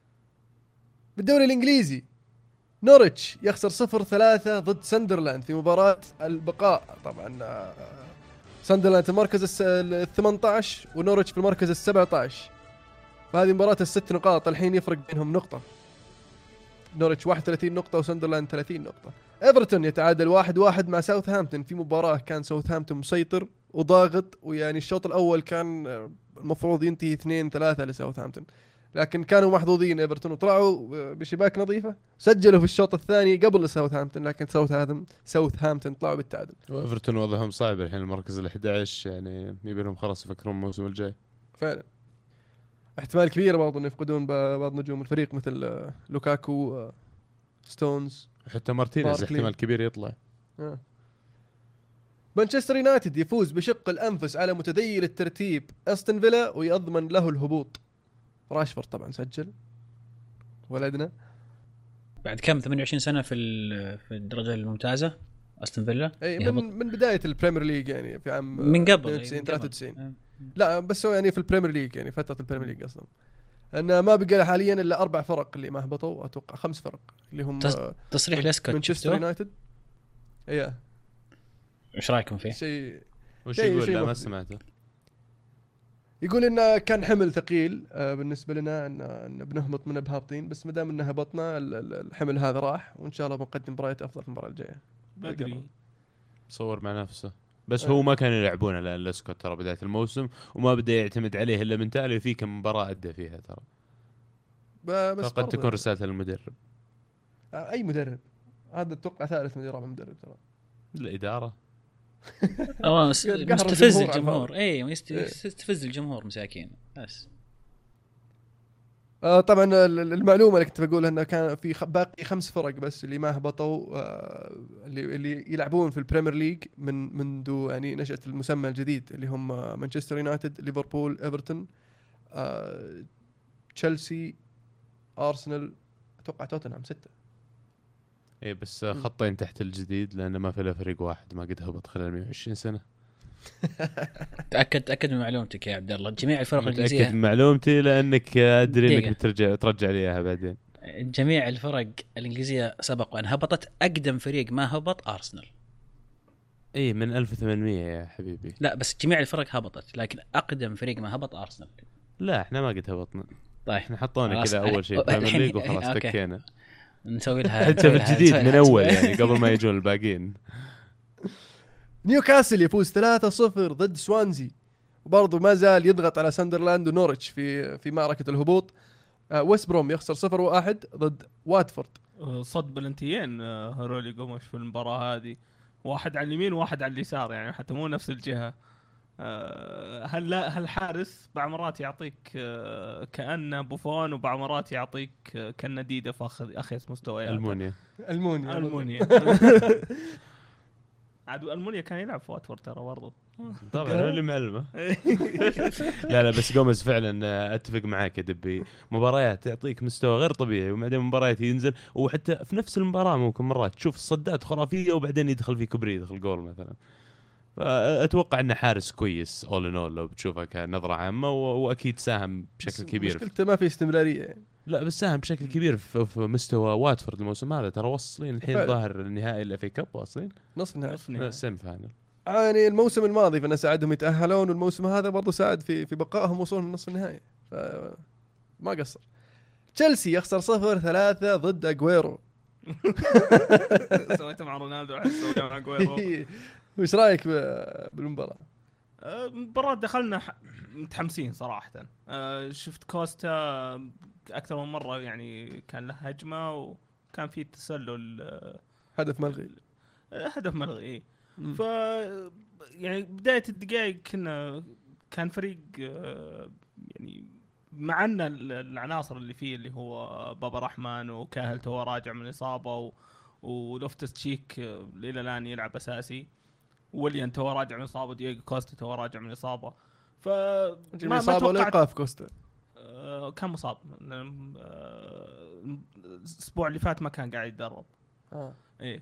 بالدوري الإنجليزي: نوريتش يخسر 0-3 ضد ساندرلاند في مباراة البقاء. طبعا ساندرلاند في المركز 18 ونوريتش في المركز 17، فهذه مباراة ال6 نقاط، الحين يفرق بينهم نقطة. نوريتش 31 نقطة وساندرلاند 30 نقطة. ايفرتون يتعادل 1-1 مع ساوثهامبتون في مباراة كان ساوثهامبتون مسيطر وضاغط، ويعني الشوط الأول كان المفروض ينتهي 2-3 لساوثهامبتون، لكن كانوا محظوظين ايفرتون وطلعوا بشباك نظيفة. سجلوا في الشوط الثاني قبل ساوثهامبتون، لكن ساوثهامبتون طلعوا بالتعادل. وايفرتون وضعهم صعب الحين، المركز ال11 يعني يبي لهم خلاص يفكرون الموسم الجاي. فعلا احتمال كبير برضه ان يفقدون بعض نجوم الفريق مثل لوكاكو، ستونز، حتى مارتينيز باركلي. احتمال كبير يطلع. مانشستر يونايتد يفوز بشق الأنفس على متذيل الترتيب أستون فيلا ويضمن له الهبوط. راشفورد طبعا سجل ولدنا بعد كم 28 سنة في الدرجة الممتازة أستون فيلا. اي من بداية البريمير ليج، يعني في عام من قبل 92 93. لا بس هو يعني في البريمير ليج، يعني فترة البريمير ليج اصلا ان ما بقى حاليا الا 4 فرق اللي ما هبطوا، اتوقع 5 فرق اللي هم تصريح لسكوت مانشستر يونايتد. ايه ايش رايكم فيه؟ وش يقول؟ لا ما سمعته. يقول انه كان حمل ثقيل بالنسبه لنا ان بنهبط من بهابطين، بس ما دام انه هبطنا الحمل هذا راح، وان شاء الله بنقدم مباريات افضل في المباراه الجايه. بدري صور مع نفسه، بس هو ما كان يلعبونه لان لسكوت ترى بدايه الموسم وما بدا يعتمد عليه الا من تالي، في كم مباراه ادى فيها ترى. بس فقد تكون رساله للمدرب. اي مدرب، هذا اتوقع ثالث رابع مدرب ترى. الاداره مستفز الجمهور. اي يستفز الجمهور مساكين بس. طبعا المعلومه اللي كنت بقولها انه كان في باقي 5 فرق بس اللي ما هبطوا، اللي يلعبون في البريمير ليج منذ يعني نشأة المسمى الجديد، اللي هم مانشستر يونايتد، ليفربول، ايفرتون، تشيلسي، ارسنال، اتوقع توتنهام 6. ايه بس خطين تحت الجديد لانه ما في الا فريق واحد ما قد هبط خلال 120 سنه. تاكد من معلومتك يا عبد الله. جميع الفرق الانجليزيه، تاكد من معلومتي لانك ادري انك ترجع لي اياها بعدين. جميع الفرق الانجليزيه سبق وان هبطت. اقدم فريق ما هبط ارسنال. ايه من 1800 يا حبيبي. لا بس جميع الفرق هبطت، لكن اقدم فريق ما هبط ارسنال. لا احنا ما قد هبطنا. طيب احنا حطونا كذا اول شيء بريمير ليج وخلاص تكينا. نسوي لها حتى بالجديد من اول يعني قبل ما يجون الباقيين. نيوكاسل يفوز 3-0 ضد سوانزي، وبرضه ما زال يضغط على ساندرلاند ونوريتش في معركة الهبوط. ويست بروم يخسر 0-1 ضد واتفورد. صد بلنتيين هرولي قمش في المباراة هذه، واحد على اليمين وواحد على اليسار، يعني حتى مو نفس الجهة. هل حارس بعض مرات يعطيك كأنه بوفون، وبعض مرات يعطيك كأنه ديدا فاخذ أخيس مستويات. المونيا عاد المونيا كان يلعب في واتفورد ترى برضه. طبعا هو اللي معلمه. لا بس جوميز فعلا اتفق معاك يا دبي، مباريات تعطيك مستوى غير طبيعي، وبعدين مباريات ينزل، وحتى في نفس المباراه ممكن مرات تشوف الصدات خرافيه وبعدين يدخل في كبري، يدخل جول مثلا. فاتوقع انه حارس كويس اول ان اول لو بتشوفها كنظره عامه، واكيد ساهم بشكل كبير. مشكلته ما في استمراريه يعني. لا بس ساهم بشكل كبير في مستوى واتفورد الموسم هذا، ترى وصلين الحين ظاهر النهائي الافي كاب، واصلين نصف نهائي سيمي فاينل. يعني الموسم الماضي فانا ساعدهم يتاهلون، والموسم هذا برضو ساعد في بقائهم وصولهم لنصف النهائي، فما قصر. تشيلسي يخسر 0-3 ضد اغويرو. سويته مع رونالدو حسوا مع اغويرو. وش رايك بالمباراه؟ المباراة دخلنا متحمسين صراحة. شفت كوستا أكثر من مرة، يعني كان له هجمة وكان فيه تسلل، هدف ملغي. هدف ملغي. ف يعني بداية الدقائق كان فريق يعني مع ان العناصر اللي فيه اللي هو بابا رحمن وكاهل تو راجع من إصابة، ولوفتس تشيك إلى الآن يلعب أساسي، ويليان تو راجع من إصابة، دييغو كوستا تو راجع من إصابة. ما إصابة ولا إيقاف كوستا؟ كان مصاب. الأسبوع اللي فات ما كان قاعد يتدرب. إيه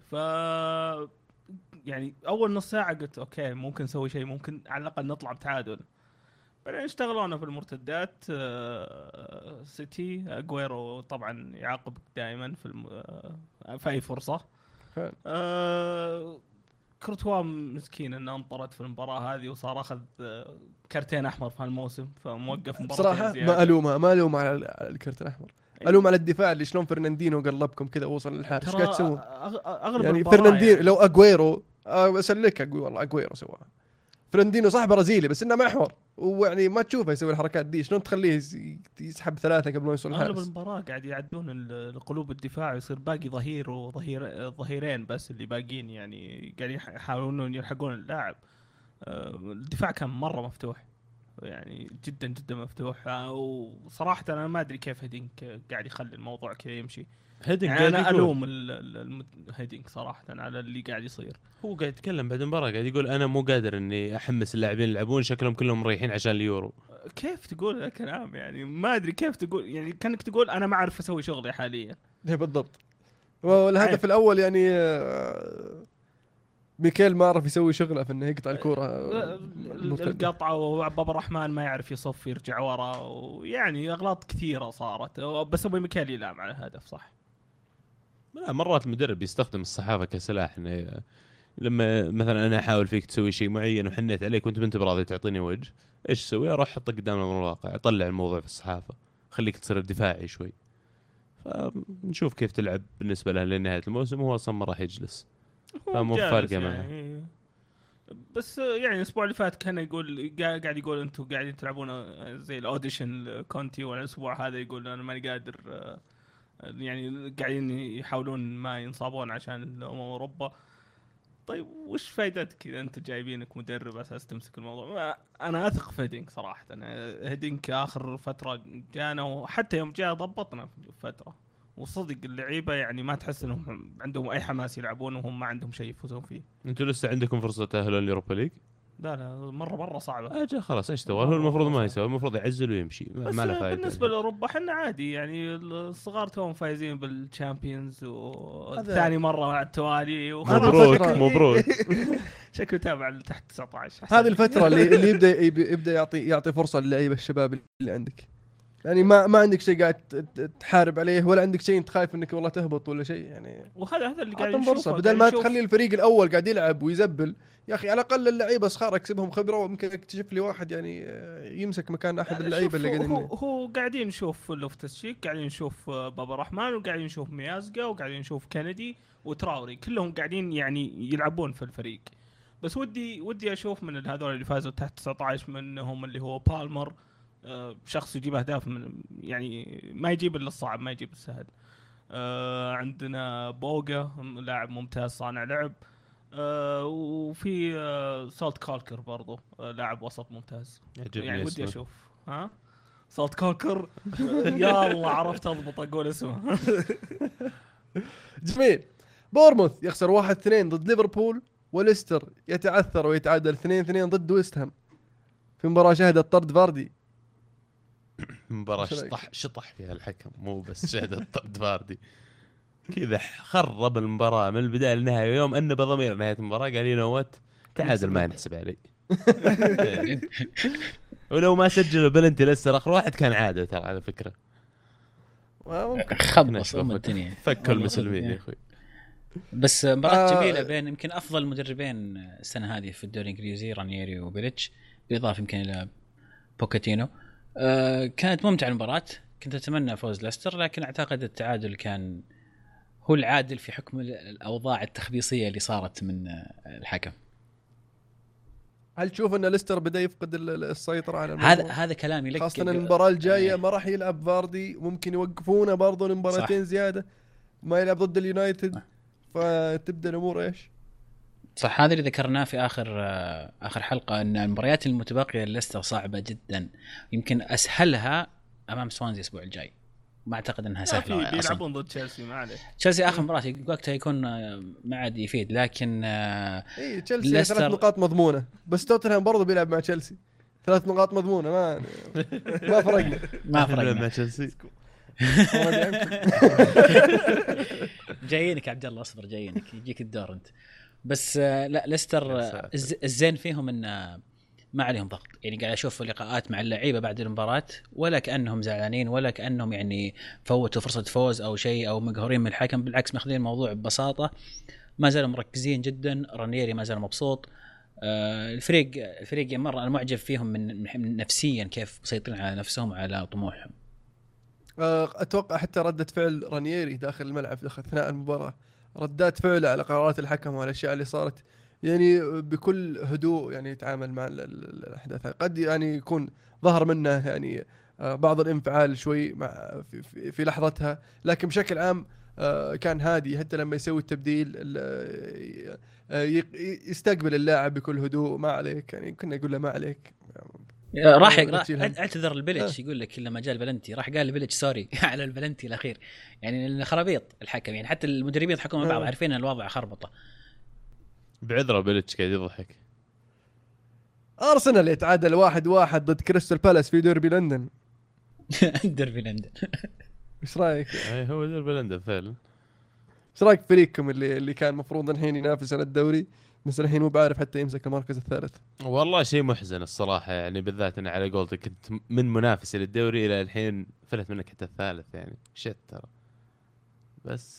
يعني أول نص ساعة قلت أوكي ممكن نسوي شيء، ممكن على الأقل نطلع بتعادل. بعدين اشتغلونا في المرتدات. سيتي أغويرو طبعا يعاقب دائما في أي فرصة. كورتوا مسكين انه انطرد في المباراه هذه، وصار اخذ كرتين احمر في هالموسم، فموقف مباراه صراحه. ما الوم على الكرت الاحمر، الوم على الدفاع اللي شلون فرناندينو قلبكم كذا وصل للحارس. ايش قاعد تسوون يعني؟ فرناندينو يعني. لو اغويرو اسلك اقول والله اغويرو سواها. فرناندينو صح برازيلي بس انه محور، ويعني ما تشوفه يسوي الحركات دي. شلون تخليه يسحب ثلاثه قبل ما يوصل الحارس؟ اغلب المباراه قاعد يعدون القلوب الدفاع، يصير باقي ظهير ظهيرين بس اللي باقيين، يعني قاعد يحاولون يلحقون اللاعب. الدفاع كان مره مفتوح، يعني جدا جدا مفتوح. وصراحه انا ما ادري كيف هيدينك قاعد يخلي الموضوع كذا يمشي. يعني انا الوم الهيدينج صراحه على اللي قاعد يصير. هو قاعد يتكلم بعد المباراه، قاعد يقول انا مو قادر اني احمس اللاعبين يلعبون، شكلهم كلهم مريحين عشان اليورو. كيف تقول الكلام؟ يعني ما ادري كيف تقول، يعني كانك تقول انا ما اعرف اسوي شغلي حاليا. بالضبط. والهدف الاول يعني ميكيل ما عرف يسوي شغله في انه يقطع الكوره، القطعه، وبابا رحمن ما يعرف يصف يرجع ورا، ويعني اغلاط كثيره صارت. بس ابو ميكيل يلعب على الهدف صح. لا مرات المدرب يستخدم الصحافه كسلاح، إنه لما مثلا انا احاول فيك تسوي شيء معين وحنيت عليك وانت بنت براضي تعطيني وجه، ايش اسوي؟ اروح احطك قدام الواقع، اطلع الموضوع في الصحافه، خليك تصير دفاعي شوي. فنشوف كيف تلعب بالنسبه له لنهايه الموسم، وهو اصلا ما راح يجلس، فمو فارقه معه. يعني بس يعني الاسبوع اللي فات كان يقول قاعد يقول انتم قاعدين تلعبون زي الاوديشن كونتي، والاسبوع هذا يقول انا ماني قادر، يعني قاعدين يحاولون ما ينصابون عشان اوروبا. طيب وش فائدتك اذا انت جايبينك مدرب اساس تمسك الموضوع؟ انا اثق في هيدينك صراحه. هيدينك اخر فتره جانا، وحتى يوم جاء ضبطنا فتره، وصدق اللعيبه يعني ما تحس انهم عندهم اي حماس يلعبون وهم ما عندهم شيء يفوزون فيه. انتوا لسه عندكم فرصه تاهلون اليوروبا ليج؟ لا مره صعبه. اجل خلاص ايش تبغى؟ هو المفروض ما يسوي، المفروض يعزل ويمشي، ما له فائده. بالنسبه لاوروبا احنا عادي، يعني الصغار توهم فايزين بالتشامبيونز وثاني مره على التوالي. مبروك شكله تابع تحت 19. هذه الفتره اللي يبدا يعطي فرصه للعيبه الشباب اللي عندك، يعني ما عندك شيء قاعد تحارب عليه، ولا عندك شيء انت خايف انك والله تهبط ولا شيء يعني. وهذا اللي قاعد نشوفه، بدل ما تخلي الفريق الاول قاعد يلعب ويزبل، يا اخي على الاقل اللعيبه صغار اكسبهم خبره، وممكن اكتشف لي واحد يعني يمسك مكان احد اللعيبه اللي قاعدين. هو قاعدين نشوف لوفتس تشيك، قاعدين نشوف بابا رحمن، وقاعدين نشوف ميازجا، وقاعدين نشوف كندي وتراوري، كلهم قاعدين يعني يلعبون في الفريق. بس ودي اشوف من هذول اللي فازوا تحت 19 منهم اللي هو بالمر، شخص يجيب اهداف من يعني ما يجيب الا الصعب، ما يجيب السهل. عندنا بوغا لاعب ممتاز صانع لعب. وفي سولت كولكر برضو لاعب وسط ممتاز، يعجبني يعني ودي اسمه. اشوف. ها سولت كولكر يا الله عرفت اضبط اقول اسمه. جميل. بورموث يخسر 1-2 ضد ليفربول، وليستر يتعثر ويتعادل 2-2 ضد ويست هام في مباراة شهدت طرد فاردي. مباراة وش رأيك؟ شطح فيها الحكم، مو بس شهادة طرد فاردي، كذا خرب المباراة من البداية للنهاية. يوم أنبه ضمير نهاية المباراة قال لي نوت تعادل ما ينحسب علي. ولو ما سجلوا بلنتي لسه آخر واحد كان عادة ترى على فكرة. ممكن. خبص الدنيا. فكوا المسلمين يا أخوي. بس مباراة جميلة بين يمكن أفضل مدربين السنة هذه في الدوري الإنجليزي، رانييري وبيليتش، بالإضافة يمكن إلى بوكاتينو. كانت ممتعة المباراة، كنت أتمنى فوز ليستر، لكن أعتقد التعادل كان هو العادل في حكم الأوضاع التخبيصية اللي صارت من الحكم. هل تشوف ان ليستر بدا يفقد السيطرة على الموضوع؟ هذا كلامي لك. خاصة المباراة الجاية ما راح يلعب فاردي، وممكن يوقفونه برضه لمباراتين زيادة، ما يلعب ضد اليونايتد، فتبدا الامور ايش؟ صح، هذا اللي ذكرناه في آخر حلقة، أن المباريات المتبقية لليستر صعبة جدا، يمكن أسهلها أمام سوانزي الأسبوع الجاي. ما أعتقد أنها سهلة. بيلعبون ضد تشيلسي، ما عليه. تشيلسي آخر مباراة وقتها يكون ما عاد يفيد، لكن اي تشيلسي 3 نقاط مضمونة، بس توتنهام برضه بيلعب مع تشيلسي 3 نقاط مضمونة، ما فرقنا. ما فرقنا مع تشيلسي. جايينك عبد الله، اصبر جايينك، يجيك الدور انت. بس لا ليستر الزين فيهم ان ما عليهم ضغط، يعني قاعد اشوف لقاءات مع اللعيبه بعد المباراه ولا كانهم زعلانين ولا كانهم يعني فوتوا فرصه فوز او شيء او مقهورين من الحكم، بالعكس ماخذين الموضوع ببساطه، ما زالوا مركزين جدا. رانييري ما زال مبسوط. الفريق مره انا معجب فيهم من نفسيا كيف مسيطرين على نفسهم على طموحهم. اتوقع حتى ردة فعل رانييري داخل الملعب اثناء المباراة، ردات فعله على قرارات الحكم والاشياء اللي صارت، يعني بكل هدوء يعني يتعامل مع الاحداث. قد يعني يكون ظهر منه يعني بعض الانفعال شوي مع في لحظتها، لكن بشكل عام كان هادي. حتى لما يسوي التبديل يستقبل اللاعب بكل هدوء، ما عليك، يعني كنا نقول له ما عليك. راح اعتذر البلنتي، يقول لك لما جاء البلنتي راح قال البلنتي سوري على البلنتي الاخير، يعني خرابيط الحكم، يعني حتى المدربين يضحكون مع بعض عارفين ان الوضع خربطه. بعذره بيلتش قاعد يضحك. ارسنال يتعادل 1-1 ضد كريستال بالاس في ديربي لندن. ديربي لندن ايش رايك؟ اي هو ديربي لندن فعلا. ايش رايك فريقكم اللي كان مفروض الحين ينافس على الدوري، بس الحين مو بعرف حتى يمسك المركز الثالث؟ والله شيء محزن الصراحه، يعني بالذات انا على قولتك كنت من منافس للدوري الى الحين فلت منك حتى الثالث، يعني شت ترى. بس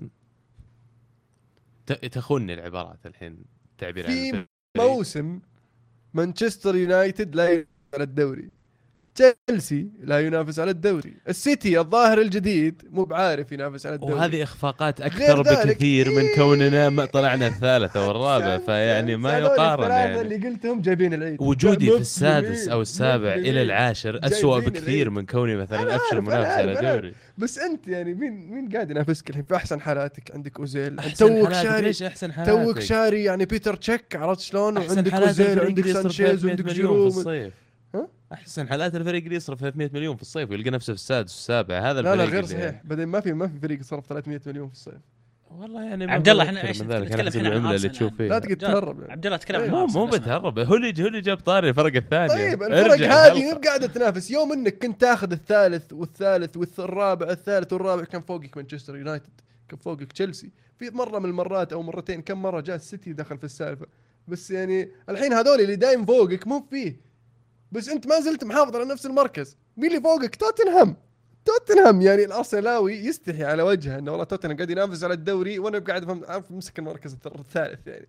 تخوني العبارات الحين تعبير عن في موسم مانشستر يونايتد لا ينافس على الدوري، تشيلسي لا ينافس على الدوري، السيتي الظاهر الجديد مو بعارف ينافس على الدوري، وهذه اخفاقات اكثر بكثير من كوننا ما طلعنا الثالثة والرابع، فيعني ما يقارن. يعني اللي قلتهم جايبين العيد، وجودي في السادس او السابع الى العاشر أسوأ بكثير من كوني مثلا افشل منافس على الدوري. بس انت يعني مين قاعد ينافسك الحين في احسن حالاتك؟ عندك اوزيل، توك شاري، ليش احسن حالاتك؟ توك شاري يعني بيتر تشيك، عرفت شلون؟ وعندك اوزيل وعندك سانشيز وعندك جيرو. احسن حالات الفريق اللي يصرف 300 مليون في الصيف ويلقى نفسه في السادس والسابع. هذا لا غير صحيح، بعدين ما في فريق صرف 300 مليون في الصيف. والله يعني عبد الله احنا ايش نتكلم عن العمله اللي تشوف فيها؟ لا تقعد تهرب عبد الله، تكلم مو بتهرب. هو اللي جاب طاري الفرق الثاني. طيب الفرق هذه مو قاعده تنافس. يوم انك كنت تاخذ الثالث والرابع، الثالث والرابع كان فوقك مانشستر يونايتد، كان فوقك تشيلسي في مره من المرات او مرتين. كم مره جاء السيتي دخل في السالفه، بس يعني الحين هذول اللي دايم فوقك مو فيه، بس انت ما زلت محافظ على نفس المركز. مين اللي فوقك؟ توتنهام يعني الارسنالاوي يستحي على وجهه انه والله توتنهام قاعد ينافس على الدوري وانا قاعد امسك المركز الثالث. يعني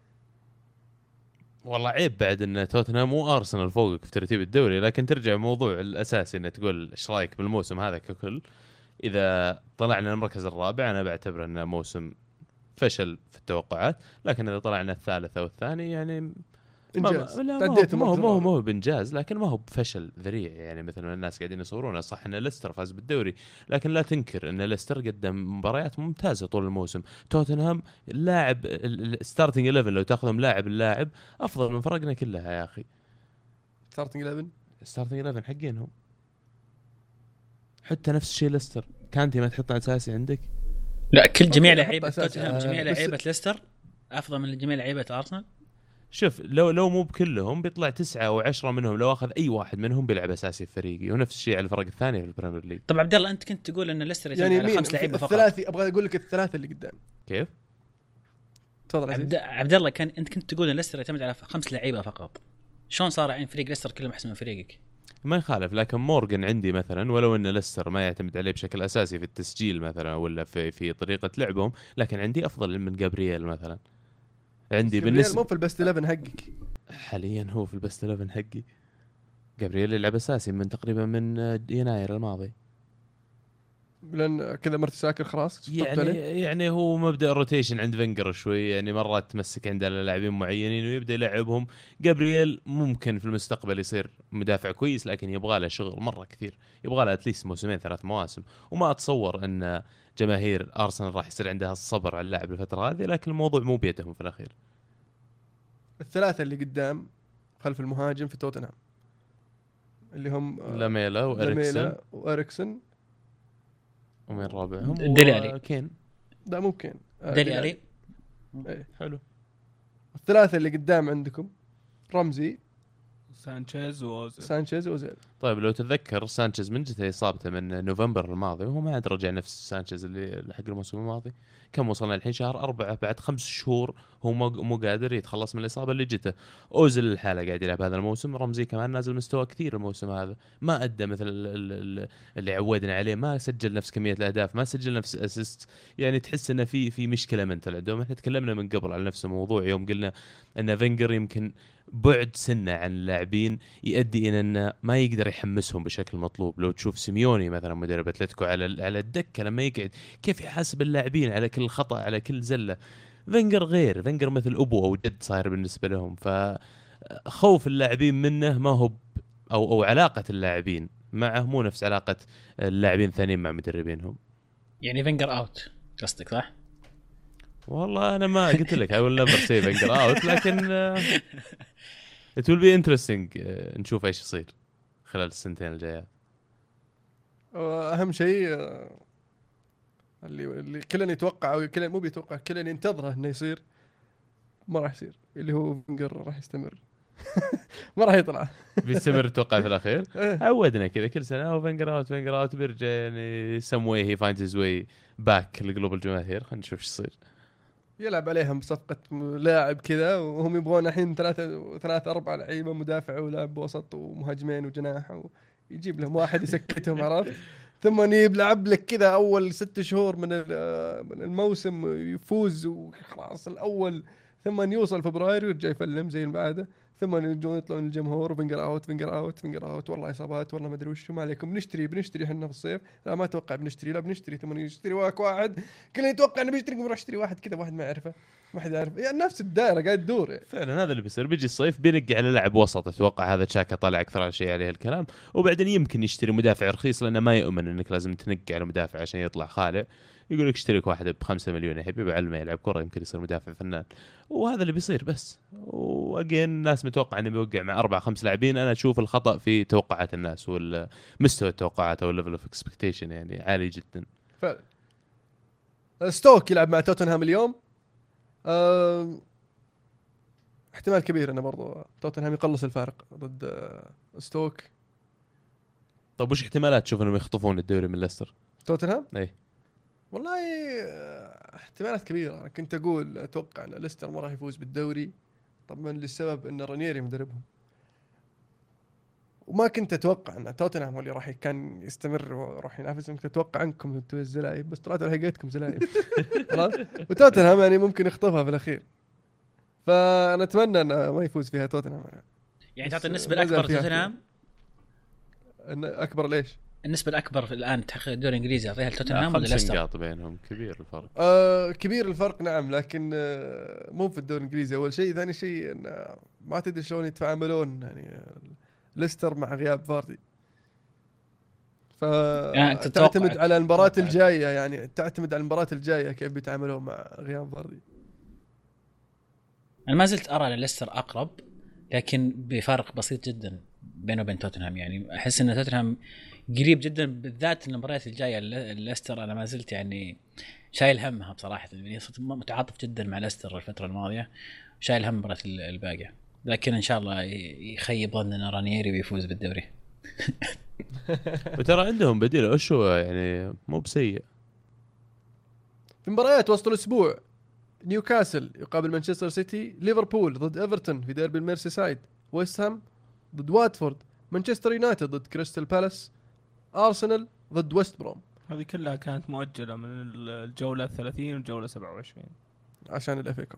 والله عيب بعد ان توتنهام مو ارسنال فوقك في ترتيب الدوري. لكن ترجع موضوع الاساسي انه تقول ايش رايك بالموسم هذا ككل. اذا طلعنا المركز الرابع انا بعتبر انه موسم فشل في التوقعات، لكن اذا طلعنا الثالث او الثاني يعني انجاز لا تعديته ما هو بانجاز، لكن ما هو بفشل ذريع يعني مثل ما الناس قاعدين يصورونه. صح ان ليستر فاز بالدوري، لكن لا تنكر ان ليستر قدم مباريات ممتازه طول الموسم. توتنهام اللاعب الستارتنج 11 لو تاخذهم لاعب افضل من فرقنا كلها يا اخي. ستارتنج 11 ستارتنج 11 حقينهم حتى نفس الشيء ليستر. كانتي ما تحطه اساسي عندك؟ لا، كل جميع أوكي، لعيبه أحط أساسي. توتنهام جميع بس- لعيبه ليستر افضل من جميع لعيبه ارسنال. شوف لو مو بكلهم بيطلع 9 أو 10 منهم، لو اخذ اي واحد منهم بيلعب اساسي في فريقي، ونفس الشيء على الفرق الثانيه في البريمير ليج. طب عبد الله، انت كنت تقول ان ليستر يعتمد يعني على مين 5 لعيبه فقط. الثلاثي؟ ابغى اقول لك الثلاثه اللي قدام. كيف؟ تفضل عزيز. عبد الله، انت كنت تقول ان ليستر يعتمد على 5 لعيبه فقط. شلون صار عين فريق ليستر كلهم احسن من فريقك؟ ما يخالف، لكن مورغان عندي مثلا، ولو ان ليستر ما يعتمد عليه بشكل اساسي في التسجيل مثلا ولا في طريقه لعبهم، لكن عندي افضل من جابرييل مثلا. عندي بالنسبه مو في البست 11 حقك حاليا هو في البست 11 حقي. جابرييل يلعب اساسي من تقريبا من يناير الماضي. لان كذا مرت ساكر خلاص. يعني هو مبدا الروتيشن عند فينجر شوي، يعني مرات تمسك عند لاعبين معينين ويبدا يلعبهم. جابرييل ممكن في المستقبل يصير مدافع كويس، لكن يبغى له شغل مره كثير، يبغى له اتليست موسمين 3 مواسم. وما اتصور ان جماهير ارسنال راح يصير عندها الصبر على اللاعب الفتره هذه، لكن الموضوع مو بيدهم في الاخير. الثلاثه اللي قدام خلف المهاجم في توتنهام اللي هم لاميلا واريكسن ومن رابعهم ديلي ألي. كين. لا ممكن ديلي ألي. ايه حلو. الثلاثه اللي قدام عندكم رمزي، سانشيز وأوزيل. طيب لو تتذكر سانشيز من جت اصابته من نوفمبر الماضي، وهو ما عاد رجع نفس سانشيز اللي حق الموسم الماضي. كم وصلنا الحين؟ شهر 4 بعد 5 شهور هو مو قادر يتخلص من الاصابه اللي جته. اوزيل الحاله قاعد يلعب هذا الموسم. رمزي كمان نازل مستوى كثير الموسم هذا، ما ادى مثل اللي عودنا عليه، ما سجل نفس كميه الاهداف، ما سجل نفس اسيست. يعني تحس انه في مشكله منتل عندهم. احنا تكلمنا من قبل على نفس الموضوع يوم قلنا ان فينجر يمكن بعد سنة عن اللاعبين يؤدي إلى أنه ما يقدر يحمسهم بشكل مطلوب. لو تشوف سيميوني مثلا مدرب أتلتيكو على الدكة لما يقعد كيف يحاسب اللاعبين على كل خطأ على كل زلة. فينجر غير، فينجر مثل أبو أو جد صاير بالنسبة لهم. فخوف اللاعبين منه ما هو أو علاقة اللاعبين معه مو نفس علاقة اللاعبين الثانيين مع مدربينهم. يعني فينجر أوت قصدك صح؟ والله أنا ما قلت لك I will never say Wenger out، لكن it will be interesting نشوف إيش يصير خلال السنتين الجاية. أهم شيء اللي كلنا يتوقع أو كلنا مو بيتوقع، كلنا ينتظره إنه يصير، ما راح يصير، اللي هو فينجر راح يستمر. ما راح يطلع. بيستمر توقع في الأخير. عودنا كذا كل سنة فينجر اوت بيرجع يعني some way he finds his way back لقلوب الجماهير. خلينا نشوف ايش يصير. يلعب عليهم بصفقة لاعب كذا، وهم يبغون الحين 3-4 لعيبة، مدافع ولاعب وسط ومهاجمين وجناح، ويجيب لهم واحد يسكتهم عرفت. ثم يلعب لك كذا أول 6 شهور من الموسم يفوز وخلاص الأول، ثم يوصل فبراير ويرجع يفلم زي العادة، ثم يجون يطلعون الجمهور وفينجر اوت والله اصابات والله ما ادري وش، ما عليكم بنشتري احنا في الصيف. لا ما اتوقع بنشتري ثم يشتري واحد، كلنا يتوقع انه بيشتري، نروح نشتري واحد كذا، واحد ما يعرفه، ما حد يعرف، يعني نفس الدائره قاعد تدور يعني. فعلا هذا اللي بيصير. بيجي الصيف بينقي على لاعب وسط، اتوقع هذا تشاكا طالع اكثر شيء عليه الكلام، وبعدين يمكن يشتري مدافع رخيص لانه ما يؤمن انك لازم تنقي على مدافع عشان يطلع خالع. يقول لك اشترك واحد ب5 مليون يا حبيبي بعلمه يلعب كره يمكن يصير مدافع فنان، وهذا اللي بيصير بس. واجين الناس متوقع انه بيوقع مع 4-5 لاعبين. انا اشوف الخطا في توقعات الناس والمستوى التوقعات او الليفل اوف اكسبكتيشن يعني عالي جدا. فعلا. ستوك يلعب مع توتنهام اليوم، احتمال كبير انه برضو توتنهام يقلص الفارق ضد ستوك. طب وش احتمالات تشوف انهم يخطفون الدوري من ليستر؟ توتنهام اي والله احتمالات كبيرة. أنا كنت أقول أتوقع أن ليستر ما راح يفوز بالدوري، طبعا للسبب أن رانييري مدربهم، وما كنت أتوقع أن توتنهام اللي راح كان يستمر وراح ينافس. كنت أتوقع عنكم أنتم الزلايب، بس طلعتوا لقيتكم زلايب. وتوتنهام يعني ممكن يخطفها في الأخير، فأنا أتمنى أن ما يفوز فيها توتنهام. يعني تعطي النسبة الأكبر توتنهام؟ أكبر ليش؟ النسبة الأكبر الآن تحقيق الدوري الإنجليزي أعطيها لتوتنهام ولا 5 ليستر؟ نقاط بينهم كبير الفرق. كبير الفرق نعم، لكن مو في الدوري الإنجليزي. أول شيء، ثاني شيء إن ما تدري شلون يتعاملون يعني ليستر مع غياب فاردي. يعني فتعتمد تتوقع على المباراة الجاية، يعني تعتمد على المباراة الجاية كيف بيتعاملون مع غياب فاردي. انا ما زلت ارى ليستر اقرب، لكن بفارق بسيط جدا بينه وبين توتنهام. يعني احس ان توتنهام قريب جدا، بالذات المباريات الجايه. ليستر انا ما زلت يعني شايل همها بصراحه، يعني صرت متعاطف جدا مع ليستر الفتره الماضيه، شايل هم المباريات الباقيه. لكن ان شاء الله يخيب ظننا رانييري ويفوز بالدوري. وترى عندهم بديل أشو يعني مو بسيء. في مباريات وسط الأسبوع، نيوكاسل يقابل مانشستر سيتي، ليفربول ضد ايفرتون في ديربي الميرسي سايد، ويست هام ضد واتفورد، مانشستر يونايتد ضد كريستال بالاس، أرسنال ضد ويست بروم. هذه كلها كانت مؤجلة من الجولة 30 والجولة 27 عشان الأف اي كاب.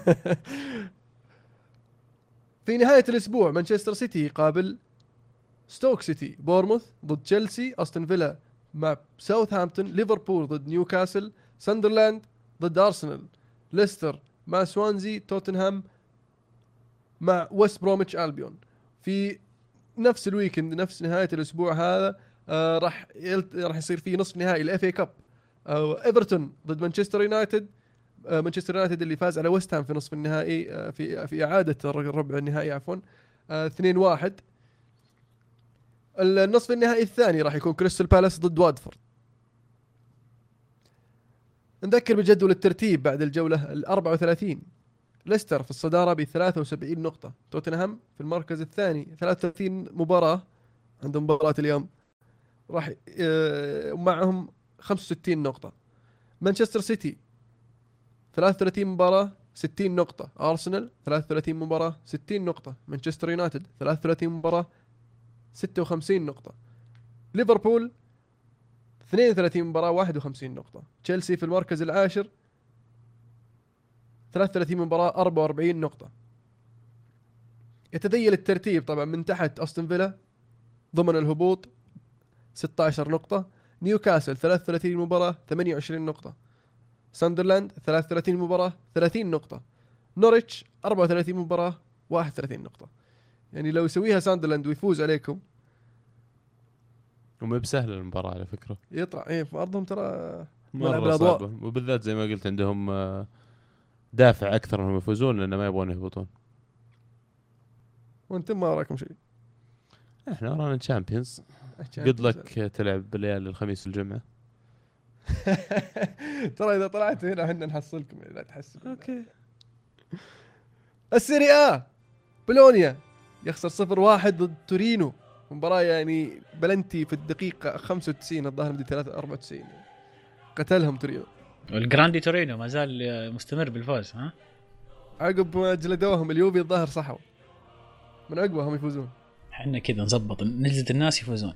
في نهاية الأسبوع مانشستر سيتي يقابل ستوك سيتي، بورموث ضد تشيلسي، أستون فيلا مع ساوثهامبتون، ليفربول ضد نيوكاسل، ساندرلاند ضد أرسنال، ليستر مع سوانزي، توتنهام مع ويست بروميتش ألبيون. في نفس الويكند، نفس نهاية الأسبوع هذا راح يصير في نصف نهائي الأف اي كاب، ايفرتون ضد مانشستر يونايتد، مانشستر يونايتد اللي فاز على ويست هام في نصف النهائي، في إعادة الربع النهائي عفوا 2-1. النصف النهائي الثاني راح يكون كريستال بالاس ضد وادفورد. نذكر بجدول الترتيب بعد الجولة 34. ليستر في الصدارة ب 73 نقطة، توتنهام في المركز الثاني 33 مباراة، عندهم مباراة اليوم راح معهم 65 نقطة. مانشستر سيتي 33 مباراة 60 نقطة، أرسنال 33 مباراة 60 نقطة، مانشستر يونايتد 33 مباراة 56 نقطة، ليفربول 32 مباراة 51 نقطة، تشيلسي في المركز العاشر 33 مباراة 44 نقطة. يتذيل الترتيب طبعا من تحت أستون فيلا ضمن الهبوط 16 نقطة، نيوكاسل 33 مباراة 28 نقطة، ساندرلاند 33 مباراة 30 نقطة، نوريتش 34 مباراة 31 نقطة. يعني لو يسويها ساندرلاند ويفوز عليكم، وما بسهل المباراة على فكرة، يطلع ايه في ارضهم ترى ملعب مرة الاضواء. صعبة، وبالذات زي ما قلت عندهم دافع أكثر انهم يفوزون لأن ما يبغون يهبطون. وانتم ما وراكم شيء. احنا ورانا تشامبيونز. قد لك تلعب بالليالي الخميس والجمعة. ترى اذا طلعت هنا احنا نحصلكم، لا تحسب. اوكي. السيري آ، بولونيا يخسر 0-1 ضد تورينو، مباراة يعني بلنتي في الدقيقة 95 الظاهر بدي 94 قتلهم تورينو. والجراندي تورينو ما زال مستمر بالفوز. ها عقب ما جلدوهم اليوفي الظاهر صحوا من عقبهم يفوزون. احنا كذا نزبط نجلد الناس يفوزون.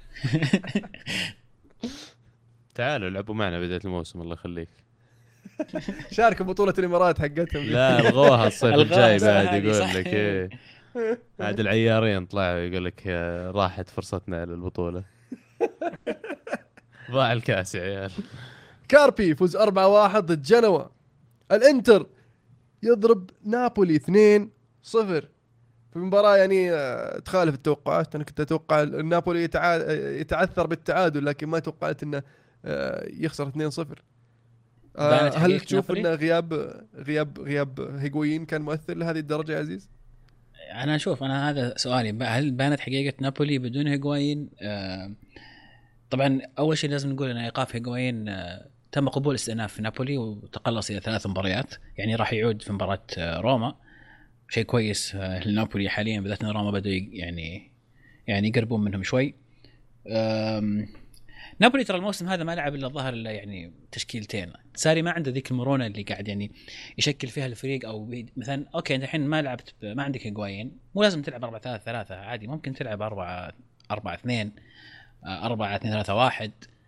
تعالوا لعبوا معنا بداية الموسم الله يخليك. شاركوا بطولة الإمارات حقتهم. لا الغوها الصيف الجاي بعد، هذه يقول صح. لك ايه عاد العيارين طلعوا يقول لك راحت فرصتنا للبطولة. ضاع الكاس يا عيال. كاربي يفوز 4-1 ضد جنوا. الانتر يضرب نابولي 2-0 في مباراة يعني تخالف التوقعات. أنا كنت أتوقع نابولي يتعثر بالتعادل، لكن ما توقعت إنه يخسر 2-0. هل تشوف إن غياب هيغوين كان مؤثر لهذه الدرجة يا عزيز؟ انا اشوف، انا هذا سؤالي، هل بانت حقيقة نابولي بدون هيغوين؟ طبعا اول شيء لازم نقول ان ايقاف هيغوين تم قبول استئناف في نابولي وتقلص الى 3 مباريات، يعني راح يعود في مباراة روما، شيء كويس لنابولي حاليا، بالذات ان روما بدأوا يعني يقربون منهم شوي. نابولي ترى الموسم هذا ما لعب الا الظاهر الا يعني تشكيلتين، ساري ما عنده ذيك المرونه اللي قاعد يعني يشكل فيها الفريق، او مثلا اوكي انت الحين ما لعبت، ما عندك هيغوايين، مو لازم تلعب 4-3-3 عادي، ممكن تلعب 4-4-2 4-2-3-1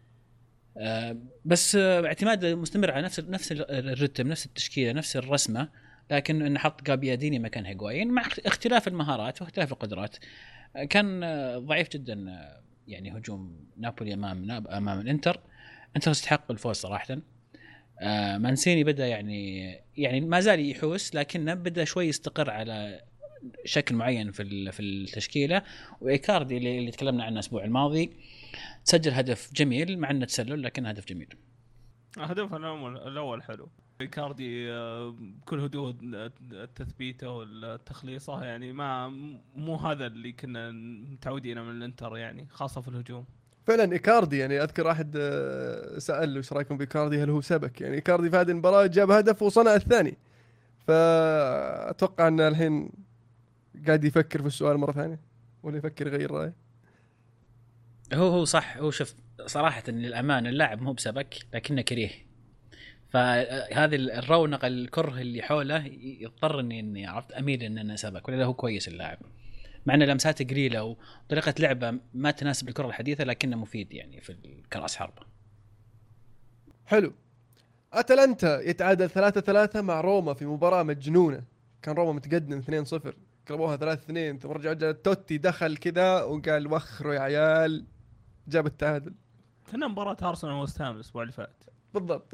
بس اعتماد مستمر على نفس الرتم، نفس التشكيله، نفس الرسمه، لكن انه حط جابياديني مكان هيغوايين مع اختلاف المهارات واختلاف القدرات. كان ضعيف جدا يعني هجوم نابولي امام الانتر. انتر استحق الفوز صراحه. مانسيني بدا يعني ما زال يحوس، لكنه بدا شوي يستقر على شكل معين في التشكيله. وايكاردي اللي تكلمنا عنه الاسبوع الماضي سجل هدف جميل مع انه تسلل لكن هدف جميل. هدفه الاول حلو. إيكاردي بكل هدوء تثبيته والتخليصه يعني مو هذا اللي كنا متعودين من الانتر يعني خاصه في الهجوم. فعلا إيكاردي يعني أذكر أحد سأل وش رأيكم بإيكاردي هل هو سبك؟ يعني إيكاردي في هذه المباراة جاب هدف وصنع الثاني، فأتوقع أن الحين قاعد يفكر في السؤال مرة ثانية ولا يفكر يغير رأيه. هو صح. هو شوف صراحة للأمان اللاعب مو بسبك لكنه كريه، فهذه الرونق الكره اللي حوله يضطر اني عرفت اميل ان انا سبك، ولا هو كويس اللاعب مع ان لمساته قليله وطريقه لعبه ما تناسب الكره الحديثه لكنه مفيد يعني في كراس حربه. حلو. أتلانتا يتعادل 3-3 مع روما في مباراة مجنونة. كان روما متقدم 2-0 قلبوها 3-2 ثم رجع توتي دخل كذا وقال وخروا يا عيال جاب التعادل. كنا مباراة أرسنال ووست هام الأسبوع اللي فات بالضبط.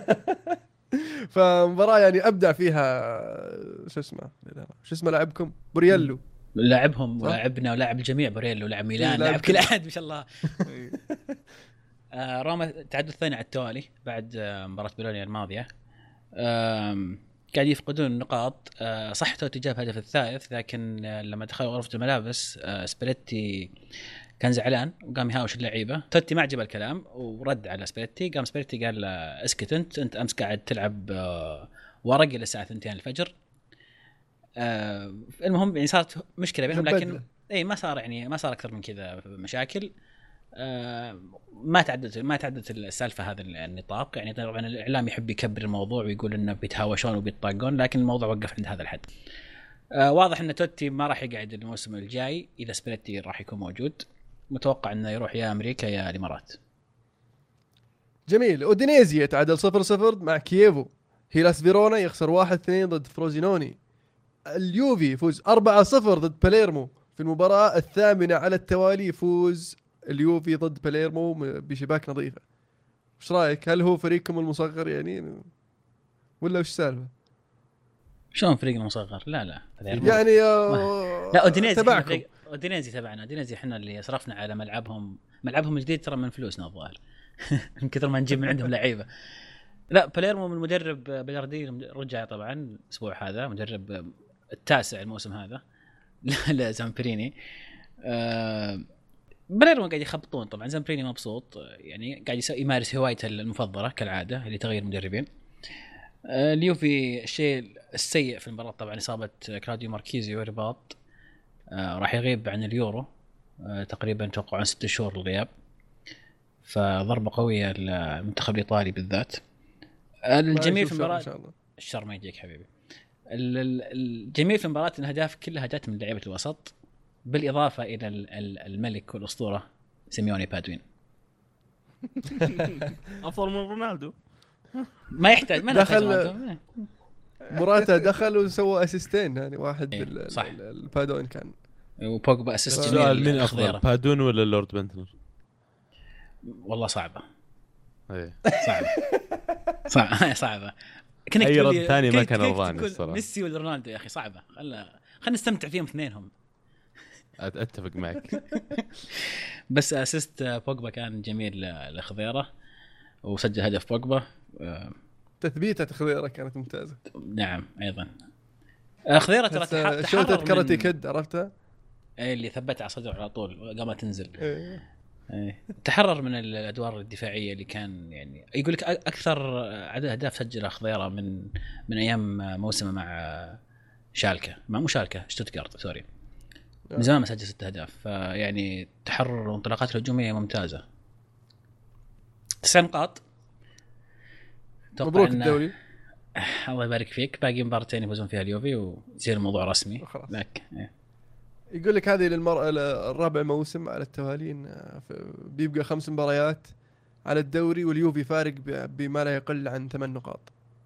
فمباراة يعني أبدع فيها شو اسمه لاعبكم بورييلو لاعبهم ولاعبنا ولاعب الجميع بورييلو لاعب ميلان لاعب كل أحد ما شاء الله. روما تعادل الثاني على التوالي بعد مباراة بولونيا الماضية. قاعد يفقدون النقاط. صح توتي جاب هدف الثالث لكن لما دخل غرفة الملابس سباليتي كان زعلان وقام يهاوش اللعيبه. توتي ما عجب الكلام ورد على سباليتي. قام سباليتي قال اسكت انت امس قاعد تلعب ورق الى الساعه 2 الفجر. المهم يعني صارت مشكله بينهم لكن اي ما صار اكثر من كذا مشاكل. ما تعدت السالفه هذا النطاق. يعني طبعا الاعلام يحب يكبر الموضوع ويقول انه بيتهاوشون وبيتطاقون لكن الموضوع وقف عند هذا الحد. واضح ان توتي ما راح يقعد الموسم الجاي اذا سباليتي راح يكون موجود. متوقع انه يروح يا امريكا يا الامارات. جميل. اودينيزي يتعادل 0-0 مع كييفو. هيلاس فيرونا يخسر 1-2 ضد فروزينوني. اليوفي يفوز 4-0 ضد باليرمو في المباراة الثامنة على التوالي. يفوز اليوفي ضد باليرمو بشباك نظيفة. وش رايك؟ هل هو فريقكم المصغر يعني ولا وش السالفة؟ شلون فريق المصغر؟ لا يعني لا اودينيزي تبعكم. اودينيزي تبعنا. اودينيزي احنا اللي صرفنا على ملعبهم الجديد ترى من فلوسنا الظاهر. من كثر ما نجيب من عندهم لعيبه. لا باليرمو من المدرب بليارديني رجع طبعا الاسبوع هذا مدرب التاسع الموسم هذا لا زامبريني. باليرمو قاعد يخبطون طبعا. زامبريني مبسوط يعني قاعد يمارس هوايته المفضله كالعاده اللي تغيير مدربين. اليوفي الشيء السيء في المباراة طبعا إصابة كلاديو ماركيزي ورباط. راح يغيب عن اليورو تقريبا توقعون 6 شهور الغياب. فضربة قوية المنتخب الإيطالي بالذات. الجميل في المباراة الشر ما يجيك حبيبي. الجميل في المباراة إن الأهداف كلها جت من لعيبة الوسط بالإضافة إلى الملك والأسطورة سيميوني بادوين. أفضل من رونالدو. ما يحتاج ما دخل مراته دخل وسوى اسيستين يعني واحد البادون كان وبوجبا اسيست جميل. من افضل بادون ولا اللورد بنتنر؟ والله صعبه. ايه صعبه. كنا اي رد ثاني ما كان رضاني الصراحه. ميسي ولا رونالدو يا اخي صعبه. خلينا نستمتع فيهم اثنينهم. اتفق معك. بس اسيست بوجبا كان جميل لخضيره وسجل هدف بوجبا. تثبيته خضيره كانت ممتازه. نعم ايضا خضيره ترى تحرر كرتي كد عرفتها اللي ثبتها على صدره على طول قامت تنزل. تحرر من الادوار الدفاعيه اللي كان يعني يقول لك اكثر عدد اهداف سجلها خضيره من ايام موسمه مع شالكه مو شالكه شتوتغارت سوري. من زمان ما سجل 6 أهداف. فيعني تحرر وانطلاقات الهجوميه ممتازه. 9 نقاط. مبروك الدوري. الله يبارك فيك. باقي مباراتين يفوزون فيها اليوفي ويصير الموضوع رسمي. لك يقول لك هذه الرابع موسم على التوالي بيبقى 5 مباريات على الدوري واليوفي فارق بما لا يقل عن 8 نقاط.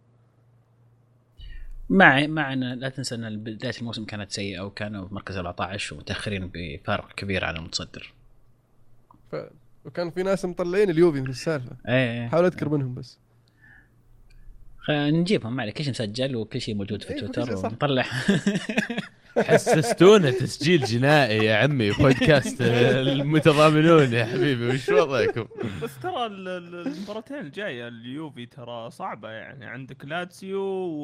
معنا لا تنسى ان بدايه الموسم كانت سيئه وكانوا في مركز 14 ومتاخرين بفارق كبير عن المتصدر. وكان في ناس مطلعين اليوفي من السالفه. حاول اذكر منهم بس نجيبهم ما عليك. كل شيء مسجل وكل شيء موجود في تويتر ونطلع. حسستونا تسجيل جنائي يا عمي، بودكاست المتضامنون يا حبيبي، وش وضعكم؟ بس ترى المباراتين الجايه اليوفي ترى صعبه، يعني عندك لاتسيو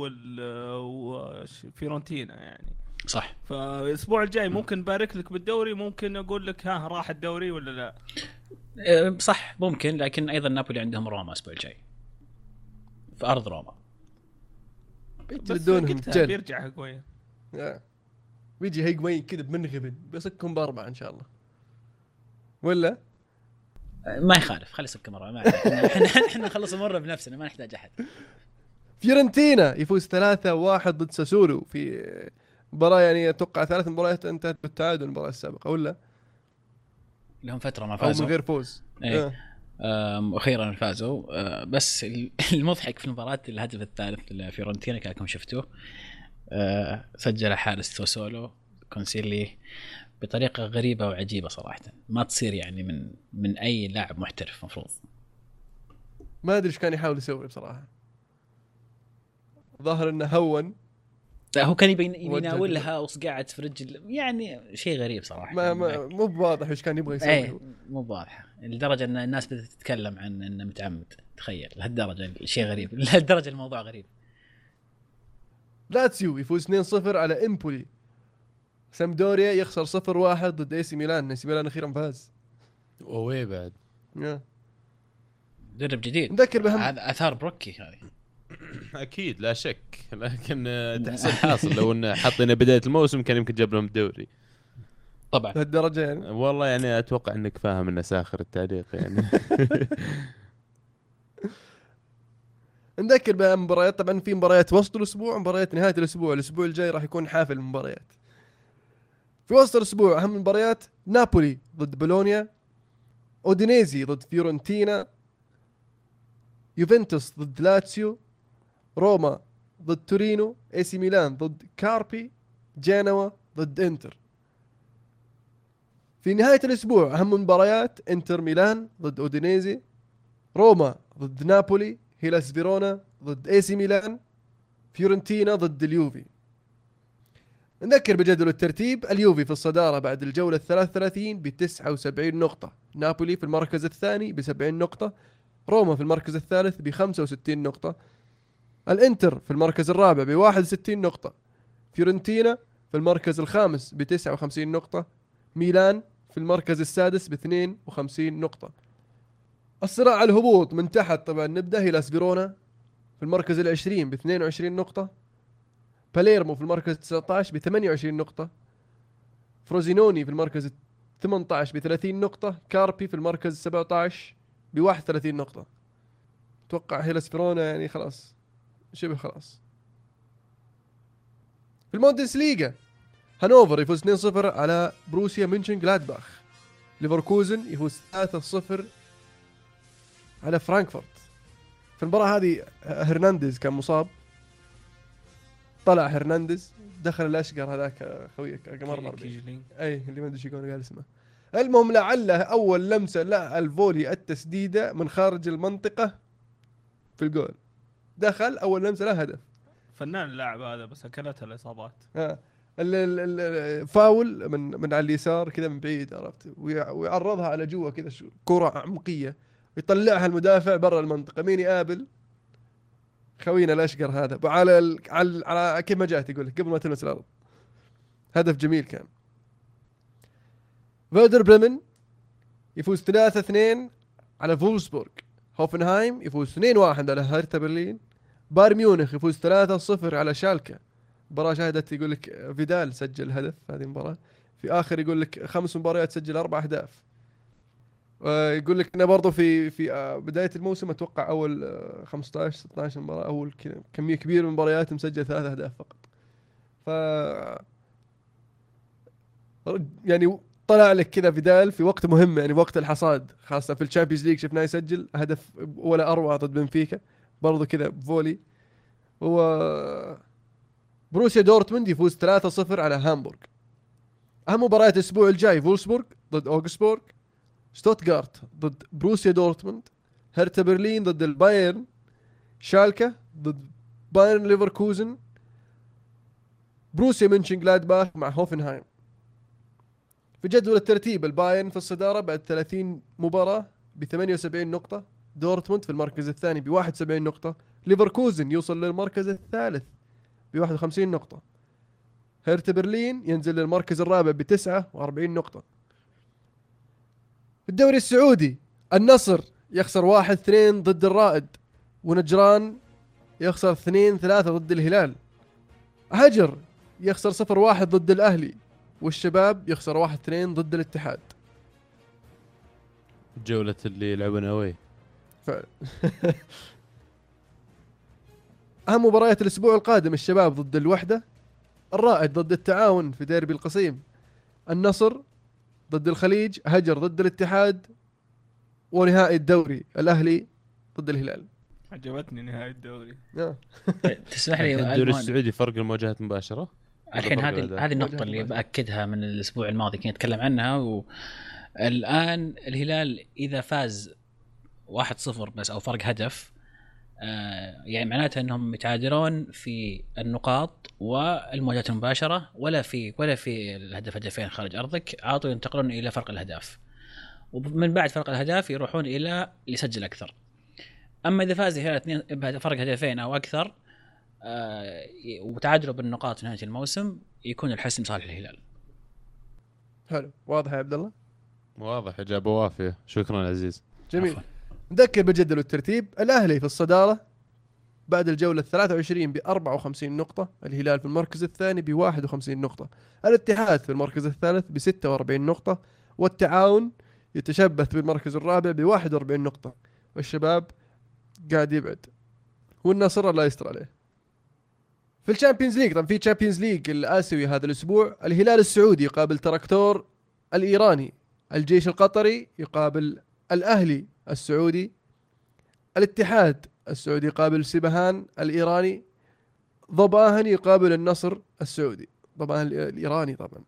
وفيورنتينا يعني. صح. فالاسبوع الجاي ممكن نبارك لك بالدوري، ممكن اقول لك ها راح الدوري ولا لا. صح ممكن، لكن ايضا نابولي عندهم روما الاسبوع الجاي في ارض روما، بيجلدونهم قلتها بيرجع قوي. بيجي هيجوين كذا بمنغبن بيسكهم باربعه ان شاء الله، ولا ما يخالف خلي يسكر مره، ما احنا نخلص المره بنفسنا، ما نحتاج احد. فيورنتينا يفوز 3-1 ضد ساسولو في مباراة يعني اتوقع 3 مباريات انتهت بالتعادل المباراة السابقة، ولا لهم فتره ما او فازوا من غير فوز. ايه. اخيرا فازوا. بس المضحك في المباراه الهدف الثالث لفيورنتينا كانكم شفتوه، سجل حارس ساسولو كونسيلي بطريقه غريبه وعجيبه صراحه، ما تصير يعني من اي لاعب محترف مفروض. ما ادري ايش كان يحاول يسوي بصراحة، ظاهر انه هون. لا هو كان يناولها وصقعت في رجل، يعني شيء غريب صراحه. مو بواضح ايش كان يبغى يسوي. ايه مو واضحه لدرجه ان الناس بدات تتكلم عن انه متعمد. تخيل لهالدرجه شيء غريب، لهالدرجه الموضوع غريب. لاتسيو يفوز 2-0 على امبولي. سامدوريا يخسر 0-1 ضد اي سي ميلان. اي سي ميلان اخيرا فاز. اوه بعد مدرب جديد نذكر بهم هذا اثار بروكي هذه. اكيد لا شك، لكن تحصيل حاصل لو ان حطينا بدايه الموسم كان يمكن جاب لهم الدوري طبعا لهالدرجه يعني. والله يعني اتوقع انك فاهم انه ساخر التعليق يعني. نذكر بمباريات، طبعا في مباريات وسط الاسبوع ومباريات نهايه الاسبوع. الاسبوع الجاي راح يكون حافل المباريات. في وسط الاسبوع اهم المباريات نابولي ضد بولونيا، اودينيزي ضد فيورنتينا، يوفنتوس ضد لاتسيو، روما ضد تورينو، اي سي ميلان ضد كاربي، جينوا ضد انتر. في نهاية الاسبوع اهم المباريات انتر ميلان ضد اودينيزي، روما ضد نابولي، هيلاس فيرونا ضد اي سي ميلان، فيورنتينا ضد اليوفي. نذكر بجدول الترتيب: اليوفي في الصدارة بعد الجولة 33 ب79 نقطة، نابولي في المركز الثاني ب70 نقطة، روما في المركز الثالث ب65 نقطة، الانتر في المركز الرابع ب61 نقطة، فيورنتينا في المركز الخامس ب59 نقطة، ميلان في المركز السادس ب52 نقطة. الصراع على الهبوط من تحت طبعا نبدأ: هيلاس فيرونا في المركز العشرين ب22 نقطة، باليرمو في المركز 19 ب28 نقطة، فروزينوني في المركز 18 ب30 نقطة، كاربي في المركز 17 ب31 نقطة. اتوقع هيلاس فيرونا يعني خلاص شبه خلاص. في الموندسليغا هانوفر يفوز 2-0 على بروسيا مينشن جلادباخ، ليفركوزن يفوز 3-0 على فرانكفورت. في المباراة هذه هرنانديز كان مصاب، طلع هرنانديز دخل الاشقر هذاك خويك قمر اي اللي ما ادري ايش قال اسمه. المهم لعله اول لمسه لا الفولي التسديده من خارج المنطقه في الجول، دخل اول لمسه لا هدف. فنان اللاعب هذا بس اكلتها الاصابات. فاول من على اليسار كذا من بعيد عرفت، ويعرضها على جوا كذا كرة عمقيه، يطلعها المدافع برا المنطقه. مين يقابل؟ خوينا الاشقر هذا على كيف ما جات يقول لك قبل ما تلمس الارض. هدف جميل كان. فيردر بريمن يفوز 3-2 على فولسبورغ، هوفنهايم يفوز 2-1 على هرتا برلين، بايرن ميونخ يفوز 3-0 على شالكا. مباراة شاهدت يقول لك فيدال سجل هدف هذه المباراة، في آخر يقول لك 5 مباريات سجل 4 أهداف. يقول لك أنا برضو في بداية الموسم أتوقع أول 15-16 مباراة أول كمية كبيرة من المباريات مسجل 3 أهداف فقط. يعني طلع لك كذا فيدال في وقت مهم، يعني وقت الحصاد، خاصة في الشامبيونز ليج شفناه يسجل هدف ولا أروع ضد بنفيكا برضو كذا فولي. هو بروسيا دورتموند يفوز 3-0 على هامبورغ. أهم مباريات الأسبوع الجاي: فولسبورغ ضد أوغسبورغ، شتوتغارت ضد بروسيا دورتموند، هرتا برلين ضد البايرن، شالكا ضد بايرن ليفركوزن، بروسيا مونشنغلادباخ مع هوفنهايم. في جدول الترتيب البايرن في الصدارة بعد 30 مباراة ب 78 نقطة، دورتموند في المركز الثاني ب 71 نقطة، ليفركوزن يوصل للمركز الثالث ب 51 نقطة، هيرتا برلين ينزل للمركز الرابع ب 49 نقطة. في الدوري السعودي النصر يخسر 1-2 ضد الرائد، ونجران يخسر 2-3 ضد الهلال، هجر يخسر 0-1 ضد الأهلي، والشباب يخسر 1-2 ضد الاتحاد. جولة اللي يلعبون أوي. أهم مباريات الأسبوع القادم: الشباب ضد الوحدة، الرائد ضد التعاون في ديربي القصيم، النصر ضد الخليج، هجر ضد الاتحاد، ونهائي الدوري الأهلي ضد الهلال. عجبتني نهاية الدوري. طيب، تسمح لي الدوري السعودي فرق المواجهات مباشرة. الحين هذه النقطة اللي بأكدها من الأسبوع الماضي كنت أتكلم عنها، والآن الهلال إذا فاز 1-0 بس أو فرق هدف، يعني معناته أنهم متعادلون في النقاط والمواجهات المباشرة، ولا في الهدف هدفين خارج أرضك، عاطوا ينتقلون إلى فرق الأهداف، ومن بعد فرق الأهداف يروحون إلى اللي يسجل أكثر. أما إذا فاز الهلال فرق هدفين أو أكثر وتعادلوا بالنقاط في نهاية الموسم، يكون الحسم صالح الهلال. حلو، واضح يا عبد الله؟ واضح، إجابة وافية، شكرا عزيز. جميل. نذكر بالجدول والترتيب: الأهلي في الصدارة بعد الجولة 23 ب 54 نقطة، الهلال في المركز الثاني ب 51 نقطة، الاتحاد في المركز الثالث ب 46 نقطة، والتعاون يتشبث بالمركز الرابع ب 41 نقطة، والشباب قاعد يبعد، والنصر الله يستر عليه. في الشامبيونز ليج، طبعا في تشامبيونز ليج الآسيوي هذا الأسبوع: الهلال السعودي يقابل تراكتور الإيراني، الجيش القطري يقابل الأهلي السعودي، الاتحاد السعودي يقابل سبهان الإيراني، ضباهن يقابل النصر السعودي، ضباهن الإيراني طبعا.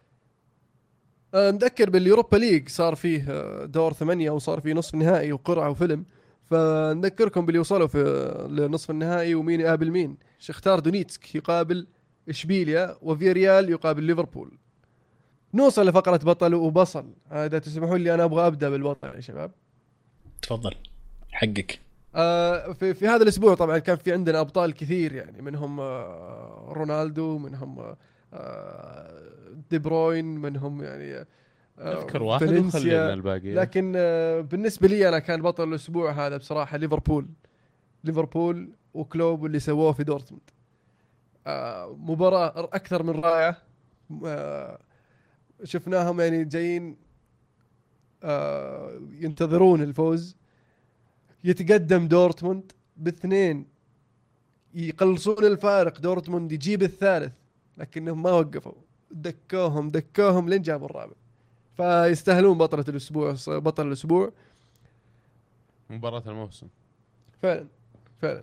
نذكر باليوروبا ليج صار فيه دور 8 وصار فيه نصف نهائي وقرعة وفيلم، فنذكركم باللي وصلوا في لنصف النهائي ومين يقابل مين. شختار دونيتسك يقابل إشبيليا، وفيريال يقابل ليفربول. نوصل لفقرة بطل وبصل. إذا تسمحوا لي أنا أبغى أبدأ بالبطل يا شباب. تفضل، حقك. في هذا الأسبوع طبعا كان في عندنا أبطال كثير، يعني منهم رونالدو، منهم دي بروين، منهم يعني اذكر واحد وخلينا الباقي. لكن بالنسبة لي أنا كان بطل الأسبوع هذا بصراحة ليفربول وكلوب اللي سووه في دورتموند. مباراة أكثر من رائعة. شفناهم يعني جايين ينتظرون الفوز، يتقدم دورتموند باثنين، يقلصون الفارق، دورتموند يجيب الثالث، لكنهم ما وقفوا، دكوهم لين جابوا الرابع. فيستاهلون بطل الأسبوع، مباراة الموسم فعلا.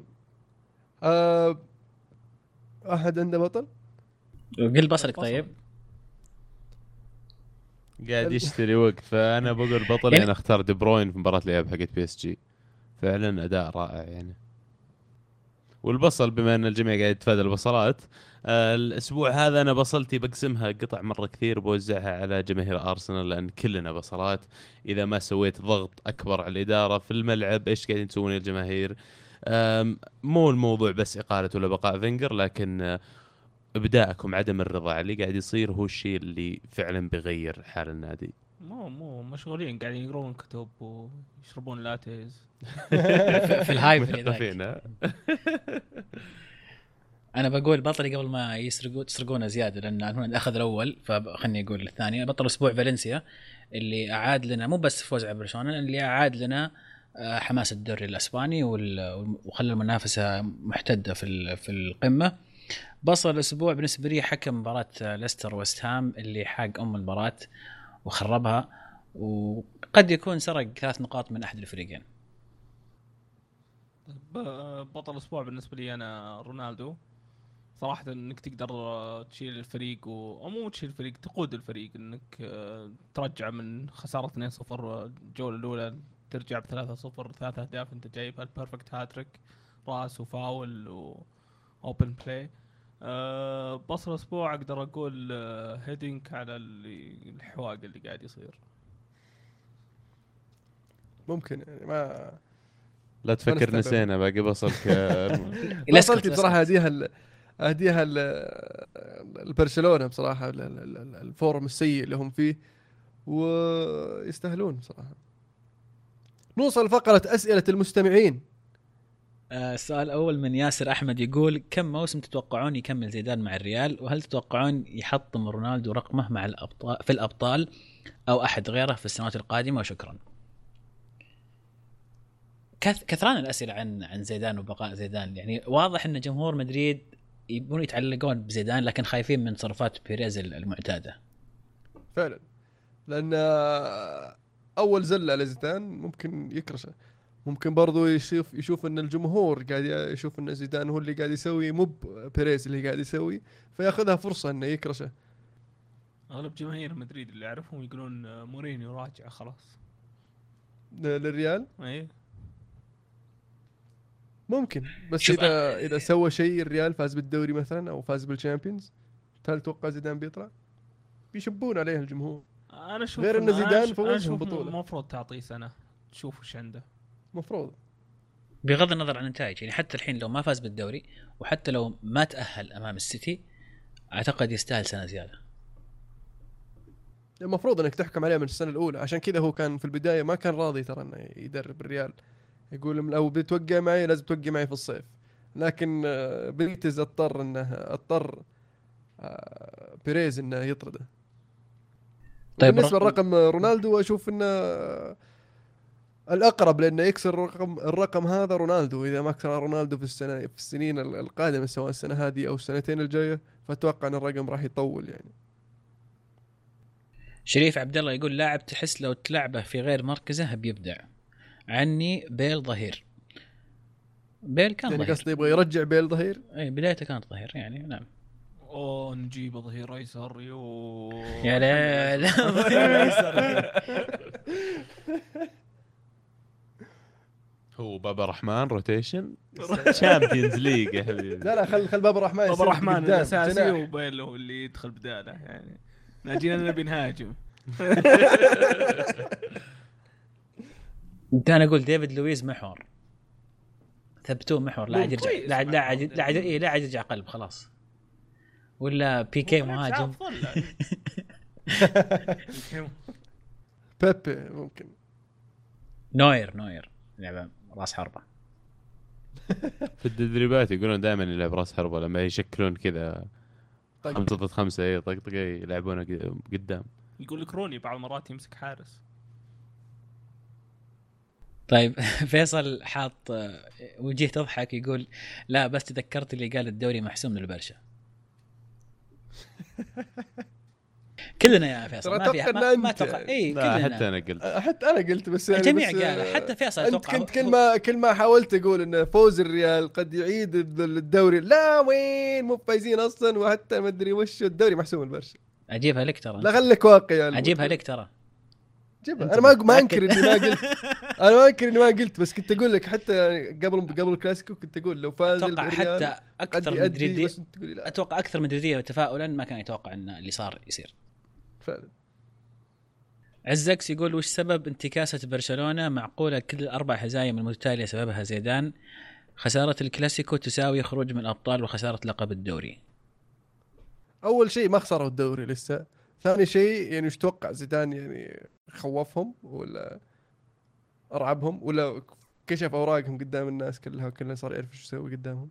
أحد عنده بطل؟ قل بصرك. طيب قاعد يشتري وقت، فأنا بقول بطل. أنا اختار دي بروين في مباراة الإياب حقت PSG، فعلا أداء رائع يعني. والبصل بما أن الجميع قاعد يتفادى البصلات، الأسبوع هذا أنا بصلتي بقسمها قطع مرة كثير، بوزعها على جماهير أرسنال، لأن كلنا بصلات. إذا ما سويت ضغط أكبر على الإدارة في الملعب، إيش قاعدين تسوون يا الجماهير؟ مو الموضوع بس إقالة ولا بقاء فينجر، لكن إبداءكم عدم الرضا اللي قاعد يصير هو الشيء اللي فعلا بيغير حال النادي. مو مشغولين قاعدين يقرون كتب ويشربون لاتيز في الهايب اللي متحفين. انا بقول بطلي قبل ما يسرقونه زياده، لان هنا اخذ الاول، فخلني اقول الثاني. بطل اسبوع فالنسيا، اللي اعاد لنا مو بس فوز على برشلونه، اللي اعاد لنا حماس الدوري الاسباني وخلى المنافسه محتده في القمه. بصل الاسبوع بالنسبه لي حكم مباراه ليستر ويست هام، اللي حاق المباراه وخربها، وقد يكون سرق 3 نقاط من احد الفريقين. بطل الاسبوع بالنسبه لي انا رونالدو. صراحه انك تقدر تشيل الفريق او مو تشيل الفريق، تقود الفريق، انك ترجع من خساره 2-0 الجوله الاولى، ترجع ب 3-0، 3 أهداف انت جايبها، البيرفكت هاتريك، راس وفاول واوبن بلاي. بصل اسبوع اقدر اقول هيدينك على الحواق اللي قاعد يصير. ممكن يعني ما لا تفكر نستبعد. نسينا باقي بصل بصلتي بصراحه هديها البرشلونه بصراحه الفورم السيء اللي هم فيه ويستاهلون بصراحه. نوصل لفقره اسئله المستمعين. السؤال الأول من ياسر أحمد يقول كم موسم تتوقعون يكمل زيدان مع الريال، وهل تتوقعون يحطم رونالدو رقمه مع الأبطال في الأبطال أو أحد غيره في السنوات القادمة؟ وشكرا. كثران الأسئلة عن زيدان وبقاء زيدان. يعني واضح أن جمهور مدريد يبون يتعلقون بزيدان لكن خايفين من تصرفات بيريز المعتادة فعلا، لأن أول زلة لزيدان ممكن يكرشه، ممكن برضو يشوف ان الجمهور قاعد يشوف ان زيدان هو اللي قاعد يسوي، مو بيريز اللي قاعد يسوي، فياخذها فرصة انه يكرشه. اغلب جماهير مدريد اللي اعرفهم يقولون مورينيو راجع خلاص للريال. اي ممكن، بس اذا سوى شيء الريال فاز بالدوري مثلا او فاز بالشامبيونز، هل توقع زيدان بيطلع؟ بيشبون عليه الجمهور. انا اشوف غير ان زيدان فوزهم بطولة، بطولة، المفروض تعطيه سنة تشوف وش عنده. مفروض بغض النظر عن النتائج. يعني حتى الحين لو ما فاز بالدوري وحتى لو ما تأهل امام السيتي اعتقد يستاهل سنة زيادة. المفروض انك تحكم عليه من السنة الاولى، عشان كذا هو كان في البداية ما كان راضي ترى انه يدرب الريال، يقول لو بتوقع معي لازم توقع معي في الصيف. لكن بيتز اضطر بيريز انه يطرده. طيب بالنسبه لرقم رونالدو اشوف انه الاقرب لانه يكسر الرقم هذا رونالدو. اذا ما كسر رونالدو في السنين القادمه سواء السنه هذه او السنتين الجايه، فاتوقع ان الرقم راح يطول يعني. شريف عبد الله يقول لاعب تحس لو تلعبه في غير مركزه بيبدع. عني بيل ظهير. بيل كان يعني ظهير، قصدي يبغى يرجع بيل ظهير. اي بدايته كانت ظهير يعني. نعم. نجيب ظهير ايسر يا لا هو بابا رحمن روتيشن تشامبيونز ليج يا حبيبي. لا خل بابا الرحمن بابا الرحمن الاساسي وبيل هو اللي يدخل بداله. يعني ناجينا نبي نهاجم. انا اقول ديفيد لويز محور، ثبتوه محور، لا عاد يرجع، لا عاد يرجع قلب خلاص، ولا بيكي مهاجم. بيبي ممكن. نوير لعبه راس حربه. في التدريبات يقولون دائما يلعب راس حربه لما يشكلون كذا 5 ضد 5 اي طقطقه يلعبونه قدام. يقول لك روني بعض المرات يمسك حارس. طيب فيصل حاط وجيه تضحك يقول لا بس تذكرت اللي قال الدوري محسوم للبرشا. كلنا يا فيصل ما في ما توقع اي كلنا. حتى انا قلت بس يعني الجميع قال، حتى فيصل اتوقع. كنت كل ما حاولت اقول ان فوز الريال قد يعيد الدوري، لا وين مو فايزين اصلا، وحتى ما ادري وش الدوري محسوم البرشا. اجيبها لك ترى، لا خليك واقعي يعني. اجيبها لك ترى، جيبها. انا ما انكر اني ما قلت انا ما انكر اني ما قلت، بس كنت اقول لك حتى قبل الكلاسيكو كنت اقول لو فاز اتوقع الريال حتى اكثر مدريدية، لا. اتوقع اكثر مدريدية تفاؤلا ما كان يتوقع ان اللي صار يصير فعلا. عزكس يقول وش سبب انتكاسة برشلونة؟ معقولة كل الأربع هزايم المتتالية سببها زيدان؟ خسارة الكلاسيكو تساوي خروج من الأبطال وخسارة لقب الدوري. أول شيء ما خسروا الدوري لسه، ثاني شيء يعني وش توقع زيدان يعني خوفهم ولا أرعبهم ولا كشف أوراقهم قدام الناس كلها وكلنا صار يعرف وش يسوي قدامهم؟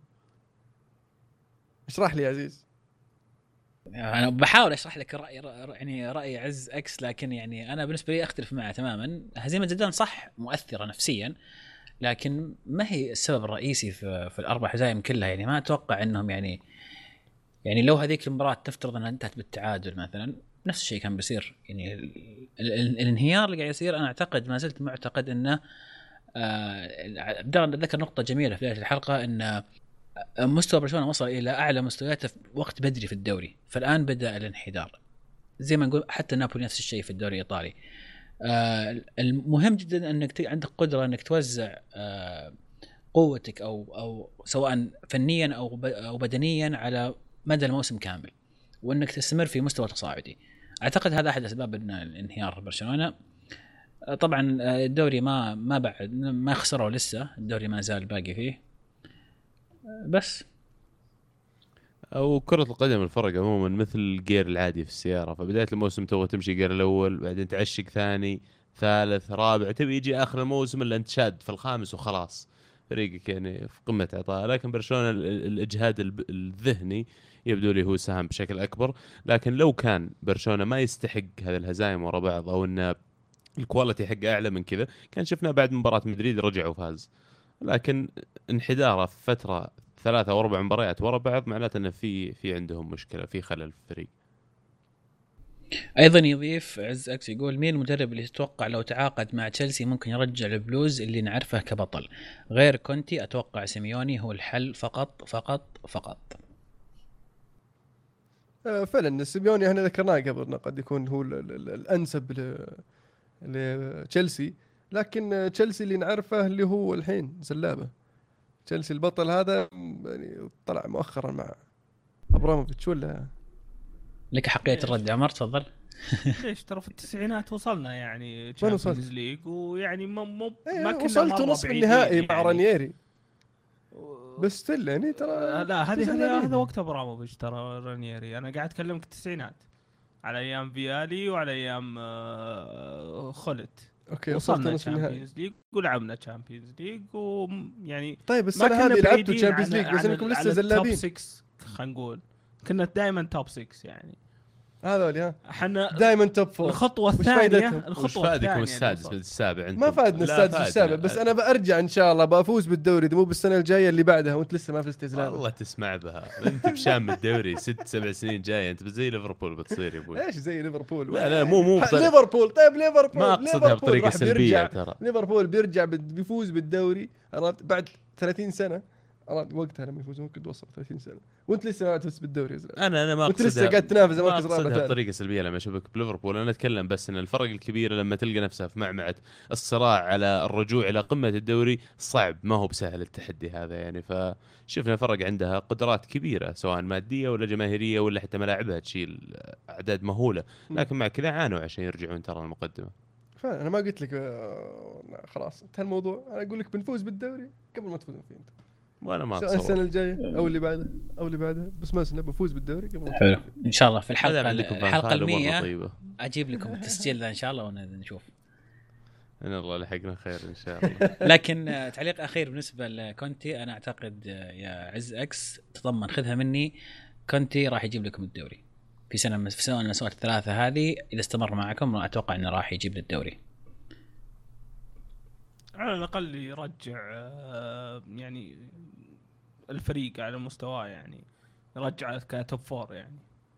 اشرح لي يا عزيز. أنا بحاول أشرح لك رأي عز أكس، لكن يعني أنا بالنسبة لي أختلف معه تماما. هزيمة زيدان صح مؤثرة نفسيا، لكن ما هي السبب الرئيسي في الأربع هزايم كلها. يعني ما أتوقع أنهم يعني لو هذيك المباراة تفترض أنها انتهت بالتعادل مثلا نفس الشيء كان بيصير. يعني الانهيار اللي قاعد يصير أنا أعتقد ما زلت معتقد أنه بدأ ذكر نقطة جميلة في بداية الحلقة، أن مستوى برشلونة وصل إلى أعلى مستوياته في وقت بدري في الدوري، فالآن بدأ الانحدار. زي ما نقول حتى نابولي نفس الشيء في الدوري الإيطالي. المهم جدا أنك عندك قدرة أنك توزع قوتك أو سواء فنيا أو بدنيا على مدى الموسم كامل وانك تستمر في مستوى تصاعدي. اعتقد هذا احد اسباب الانهيار برشلونه. طبعا الدوري ما بعد ما خسروا لسه، الدوري ما زال باقي فيه بس. او كرة القدم الفرق عموما مثل الجير العادي في السيارة، فبداية الموسم تو تمشي جير الاول، بعدين تعشق ثاني ثالث رابع، تبي يجي اخر الموسم الا انت شاد في الخامس وخلاص فريقك يعني في قمة عطاء. لكن برشلونة الاجهاد الذهني يبدو لي هو ساهم بشكل اكبر. لكن لو كان برشلونة ما يستحق هذه الهزائم ورا بعض، او ان الكواليتي حقه اعلى من كذا، كان شفنا بعد مباراة مدريد رجع وفاز. لكن انحداره في فترة 3 أو 4 مباريات ورا بعض معناته انه في عندهم مشكلة، في خلل في الفريق. ايضا يضيف عز اكس يقول مين المدرب اللي تتوقع لو تعاقد مع تشيلسي ممكن يرجع البلوز اللي نعرفه كبطل؟ غير كونتي اتوقع سيميوني هو الحل فقط فقط فقط. فعلا سيميوني احنا ذكرناه قبل انه قد يكون هو الانسب لتشيلسي، لكن تشيلسي اللي نعرفه اللي هو الحين زلابه. تشيلسي البطل هذا يعني طلع مؤخرا مع ابراموفيتش ولا لك حقية الرد عمر تفضل. ليش ترى في التسعينات وصلنا يعني وين تشامبيونز وصلت؟ ليج، ويعني ما كنا وصلت مرة نصف بعيدين النهائي مع يعني. رانييري بس يعني ترى لا هذا وقت ابراموفيتش ترى رانييري. انا قاعد اكلمك التسعينات على ايام فيالي وعلى ايام خلت. اوكي وصلنا نصف النهائي. تشامبيونز ليج ولعبنا تشامبيونز ليج ويعني طيب ما السنه كنا هذه لعبتوا بعيدين تشامبيونز ليج بس عن انكم لسه التوب زلابين 6 خلينا نقول. كنا دائما توب 6 يعني. هذول ها احنا دائما توب فور. الخطوه وش الثانيه فايدتهم؟ وش الخطوه فادكم الثانيه السادس اللي السابع انتم؟ ما فادنا لا السادس فادنا. والسابع، بس انا برجع ان شاء الله بفوز بالدوري مو بالسنه الجايه اللي بعدها وانت لسه ما فزت زلابه. والله تسمع بها انت بشام الدوري 6-7 سنين جايه، انت زي ليفربول بتصير يا ابوي. ايش زي ليفربول؟ لا مو ليفربول. طيب ليفربول ما اقصدها بطريقه سلبيه ترى. ليفربول بيرجع بيفوز بالدوري بعد 30 سنه. وقتها لما يفوز ممكن توصل 30 سنه وانت لسه ما تفوز بالدوري. انا ما وانت اقصدها، لسه قاعد تنافس ما مركز رابع اقصدها ثالث. بطريقه سلبيه لما اشوفك بليفربول. انا اتكلم بس ان الفرق الكبيره لما تلقى نفسها في معمعه الصراع على الرجوع الى قمه الدوري صعب، ما هو بسهل التحدي هذا يعني. فشفنا فرق عندها قدرات كبيره سواء ماديه ولا جماهيريه ولا حتى ملاعبها تشيل اعداد مهوله، لكن مع كذا عانوا عشان يرجعون ترى المقدمه. فانا ما قلت لك خلاص انتهى الموضوع. انا اقول لك بنفوز بالدوري قبل ما تفوزون فيه انت. وانا ما السنه اتصور. الجايه او اللي بعدها او اللي بعدها، بس ما بفوز بالدوري قبل ما حلو ان شاء الله في هذا الحلقه عندكم فان ال100 طيبه. اجيب لكم التسجيل ذا ان شاء الله ونشوف. ان الله لحقنا خير ان شاء الله. لكن تعليق اخير بالنسبه لكونتي، انا اعتقد يا عز اكس تضمن خذها مني، كونتي راح يجيب لكم الدوري في سنه من السنوات الثلاثه هذه. اذا استمر معكم اتوقع انه راح يجيب للدوري على الاقل يرجع يعني الفريق على مستواه، يعني يرجع كتوب فور يعني.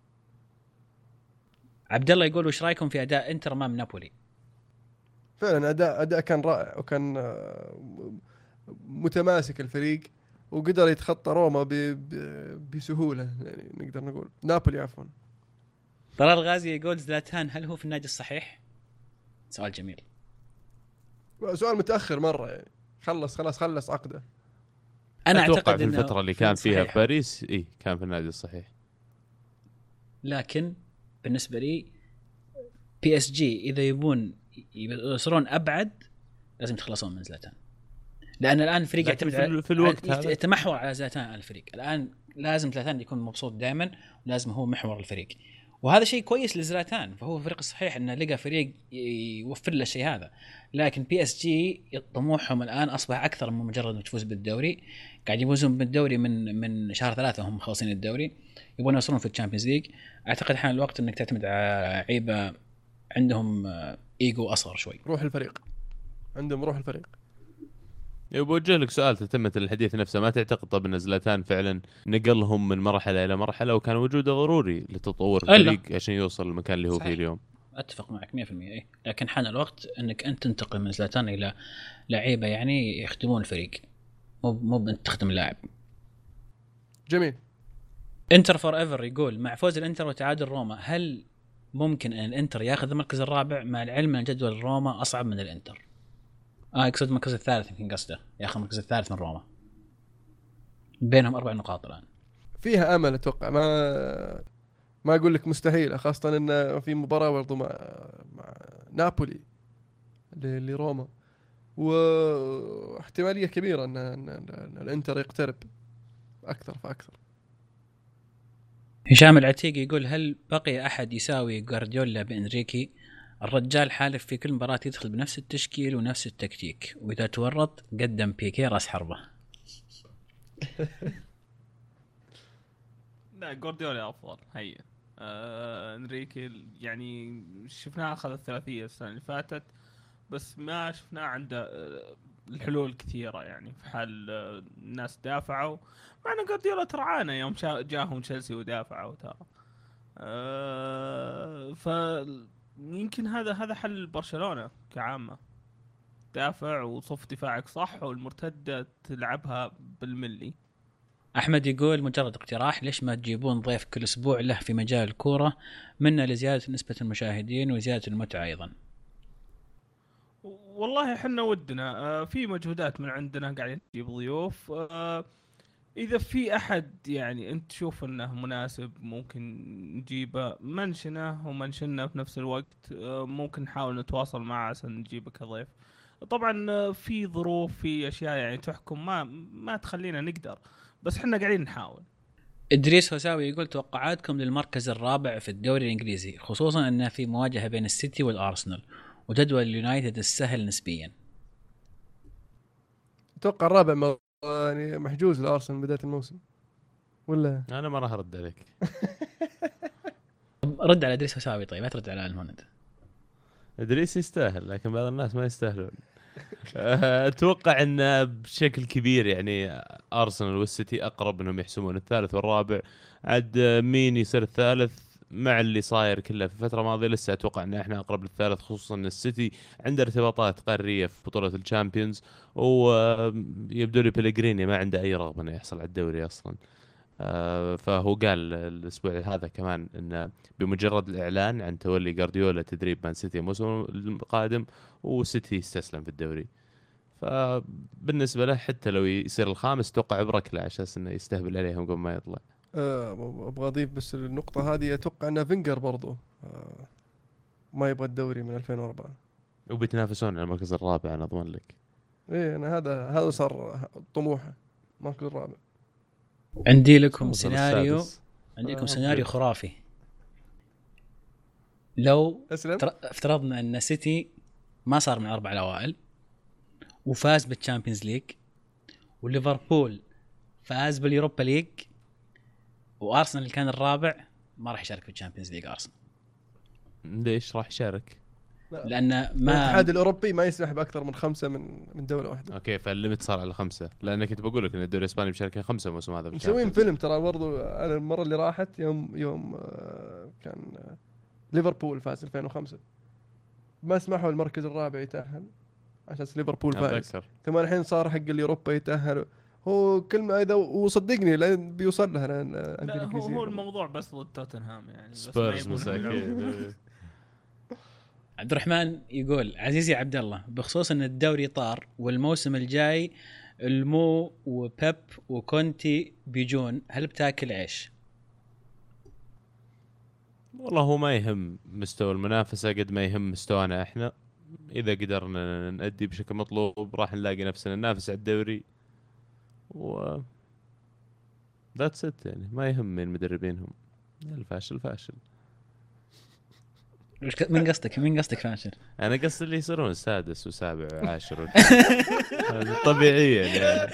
عبد الله يقول وش رايكم في اداء انتر امام نابولي؟ فعلا اداء كان رائع، وكان متماسك الفريق وقدر يتخطى روما بسهوله يعني نقدر نقول نابولي عفوا. طلال غازي يقول زلاتان هل هو في النادي الصحيح؟ سؤال جميل. سؤال متاخر مره يعني. خلص عقده. انا اتوقع اعتقد في الفتره اللي كان فيها في باريس كان في النادي الصحيح. لكن بالنسبه لي بي اس جي اذا يبون يوصلون ابعد لازم يتخلصون من زلاتان، لان الان الفريق يعتمد في الوقت هذا يتمحور على زلاتان. الفريق الان لازم زلاتان يكون مبسوط دائما، ولازم هو محور الفريق، وهذا شيء كويس لزلاتان. فهو الفريق الصحيح انه لقى فريق يوفر له الشيء هذا. لكن بي اس جي طموحهم الان اصبح اكثر من مجرد تفوز بالدوري. قاعد يفوزون بالدوري من شهر 3 هم مخلصين الدوري، يبون يوصلون في الشامبيونز ليج. اعتقد حان الوقت انك تعتمد على لعيبه عندهم ايجو اصغر شوي. روح الفريق عندهم روح الفريق. بوجه لك سؤال تتمة الحديث نفسه، ما تعتقد طب ان زلاتان فعلا نقلهم من مرحله الى مرحله وكان وجوده ضروري لتطور الفريق عشان يوصل للمكان اللي هو فيه اليوم؟ اتفق معك 100%. إيه. لكن حان الوقت انك انت تنتقل من زلاتان الى لعيبه يعني يخدمون الفريق، مو تخدم اللاعب. جميل. انتر فور ايفر يقول مع فوز الانتر وتعادل روما هل ممكن ان الانتر ياخذ المركز الرابع مع العلم ان جدول روما اصعب من الانتر؟ يقصد المركز الثالث، يمكن قصده ياخذ المركز الثالث من روما، بينهم 4 نقاط الان. فيها امل اتوقع. ما اقول لك مستحيل، خاصه ان في مباراه برضو مع نابولي لروما، واحتماليه كبيره ان الانتر يقترب اكثر فاكثر. هشام العتيق يقول هل بقي احد يساوي جوارديولا بانريكي؟ الرجال حالف في كل مباراة يدخل بنفس التشكيل ونفس التكتيك، واذا تورط قدم بيكي راس حربه. لا جوارديولا افضل. هي انريكي يعني شفناه اخذ الثلاثيه السنه اللي فاتت، بس ما شفناه عنده الحلول كثيره يعني في حال الناس دافعوا. مع ان جوارديولا ترعانا يوم جاهم تشيلسي ودافعوا ترى. فيمكن هذا حل برشلونه كعامه، دافع وصف دفاعك صح والمرتده تلعبها بالملي. احمد يقول مجرد اقتراح، ليش ما تجيبون ضيف كل اسبوع له في مجال الكوره، منا لزياده نسبه المشاهدين وزياده المتعه ايضا. والله احنا ودنا في مجهودات من عندنا قاعدين نجيب ضيوف. اذا في احد يعني انت تشوف انه مناسب ممكن نجيبه، منشنه ومنشنه في نفس الوقت. ممكن نحاول نتواصل معه عشان نجيبه كضيف. طبعا في ظروف، في اشياء يعني تحكم ما تخلينا نقدر، بس احنا قاعدين نحاول. ادريس هوساوي يقول توقعاتكم للمركز الرابع في الدوري الانجليزي، خصوصا ان في مواجهه بين السيتي والارسنال وجدول اليونايتد السهل نسبيا. اتوقع الرابع يعني محجوز الارسنال بدايه الموسم، ولا انا ما راح ارد عليك. رد على ادريس هوساوي طيب، لا ترد على المهند. ادريس يستاهل لكن بعض الناس ما يستاهلون. اتوقع ان بشكل كبير يعني ارسنال والسيتي اقرب انهم يحسمون الثالث والرابع. عاد مين يصير الثالث مع اللي صاير كله في الفتره الماضيه، لسه اتوقع ان احنا اقرب للثالث، خصوصا ان السيتي عنده ارتباطات قاريه في بطوله الشامبيونز، ويبدو لي بيلغريني ما عنده اي رغبه انه يحصل على الدوري اصلا. فهو قال الاسبوع هذا كمان ان بمجرد الاعلان عن تولي جارديولا تدريب مان سيتي الموسم القادم وسيتي يستسلم في الدوري. فبالنسبه له حتى لو يصير الخامس توقع بركله على اساس انه يستهبل عليهم قبل ما يطلع. ابغى اضيف بس النقطه هذه، اتوقع ان فينجر برضو ما يبغى الدوري من 2004، وبيتنافسون على المركز الرابع انا اضمن لك. ايه انا هذا صار طموحه، المركز الرابع. عندي لكم وصل سيناريو السادس. عندكم سيناريو خرافي. لو اسلم. افترضنا ان سيتي ما صار من الاربع الاوائل وفاز بالتشامبيونز ليج، وليفربول فاز باليوروبا ليج، وارسنال اللي كان الرابع ما راح يشارك في الشامبيونز ليج. ارسنال ليش راح يشارك؟ لان الاتحاد الاوروبي ما يسمح باكثر من 5 من دوله واحده. اوكي فالليمت صار على 5، لان كنت بقول لك ان الدوري الاسباني بيشارك 5 الموسم هذا. مسوين فيلم ترى برضو على المره اللي راحت، يوم كان ليفربول فاز 2005 ما سمحوا المركز الرابع يتاهل عشان ليفربول فاز. ثم الحين صار حق اليوروبا يتاهل. هو كلمه اذا وصدقني لان بيوصل لها لا هو الموضوع بس ضد توتنهام يعني، سبيرز مساكين. عبد الرحمن يقول عزيزي عبد الله، بخصوص ان الدوري طار والموسم الجاي المو وبيب وكونتي بيجون، هل بتاكل عيش؟ والله هو ما يهم مستوى المنافسة قد ما يهم مستوانا احنا. اذا قدرنا نأدي بشكل مطلوب راح نلاقي نفسنا ننافس على الدوري و ذاتس ات. يعني ما يهم من مدربينهم، الفاشل فاشل. مين قصدك فاشل؟ انا قصدي اللي يصيرون السادس وسابع وعاشر طبيعيا يعني.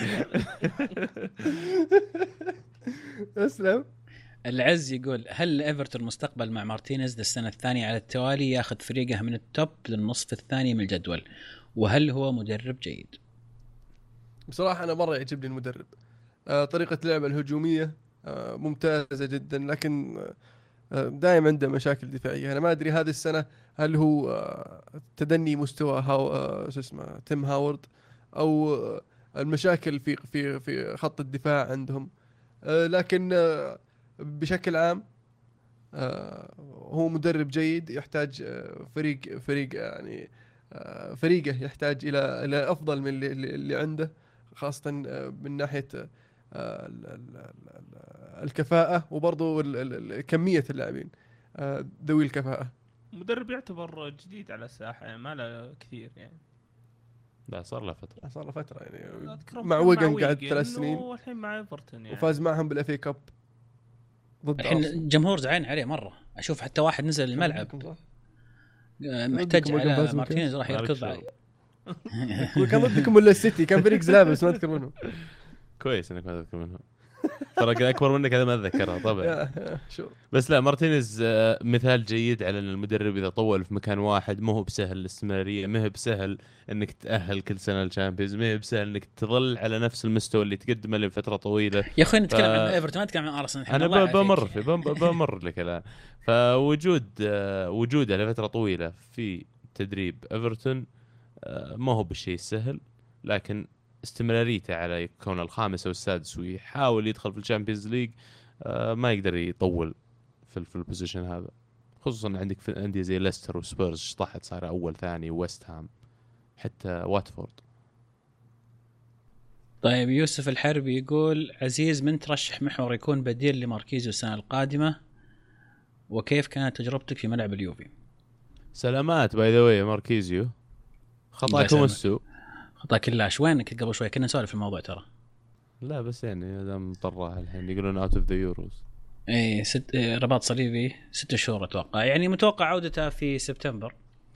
اسلم. العز يقول هل ايفرتون مستقبل مع مارتينيز للسنة الثانية على التوالي ياخذ فريقه من التوب للنصف الثاني من الجدول، وهل هو مدرب جيد؟ بصراحة أنا مرة يعجبني المدرب، طريقة لعبه الهجومية ممتازة جدا، لكن دائما عنده مشاكل دفاعية. أنا ما أدري هذه السنة هل هو تدني مستوى تيم هاورد، أو المشاكل في خط الدفاع عندهم، لكن بشكل عام هو مدرب جيد. يحتاج فريق يعني فريقه يحتاج إلى أفضل من اللي عنده، خاصة من ناحية الكفاءة وبرضو كمية اللاعبين ذوي الكفاءة. مدرب يعتبر جديد على الساحة يعني ما له كثير يعني. لا صار له فترة يعني أذكره مع كان ويجن قعد ويجن 3 سنين والحين مع ايفرتون يعني. وفاز معهم بالافي كاب ضد الحين أرسنال. الجمهور زعلان عليه مره، اشوف حتى واحد نزل الملعب محتاج ضدكم ويجن على فاز مارتينيز راح مالك يركض شغل. كان ضدكم ولا السيتي؟ كان فيليكس لابس ما اذكر منه. كويس انك ما تذكر منه. فرق اكبر منك هذا ما اتذكرها طبعا. شو بس لا مارتينيز مثال جيد على ان المدرب اذا طول في مكان واحد ما هو بسهل الاستمراريه، ما هو بسهل انك تتاهل كل سنه للشامبيونز، ما هو بسهل انك تظل على نفس المستوى اللي تقدمه لفتره طويله. يا اخوي نتكلم عن ايفرتون، ما نتكلم عن ارسنال. انا بمر لك الان. وجوده لفتره طويله في تدريب ايفرتون ما هو بالشيء السهل، لكن استمراريته على كون الخامس او السادس ويحاول يدخل في الشامبيونز ليج ما يقدر يطول في البوزيشن هذا، خصوصا عندك في انديه زي ليستر وسبيرز شطحت صار اول ثاني، وويست هام حتى واتفورد. طيب يوسف الحربي يقول عزيز من ترشح محور يكون بديل لماركيزيو السنه القادمه، وكيف كانت تجربتك في ملعب اليوفي؟ سلامات باي ذا واي ماركيزيو، خطاكم السوء. خطاك كلاش. وينك قبل شوي كنا نسولف في الموضوع ترى. لا بس يعني هذا مطرح الحين يقولون اوت اوف ذا يوروز. اي رباط صليبي 6 شهور اتوقع، يعني متوقع عودته في سبتمبر.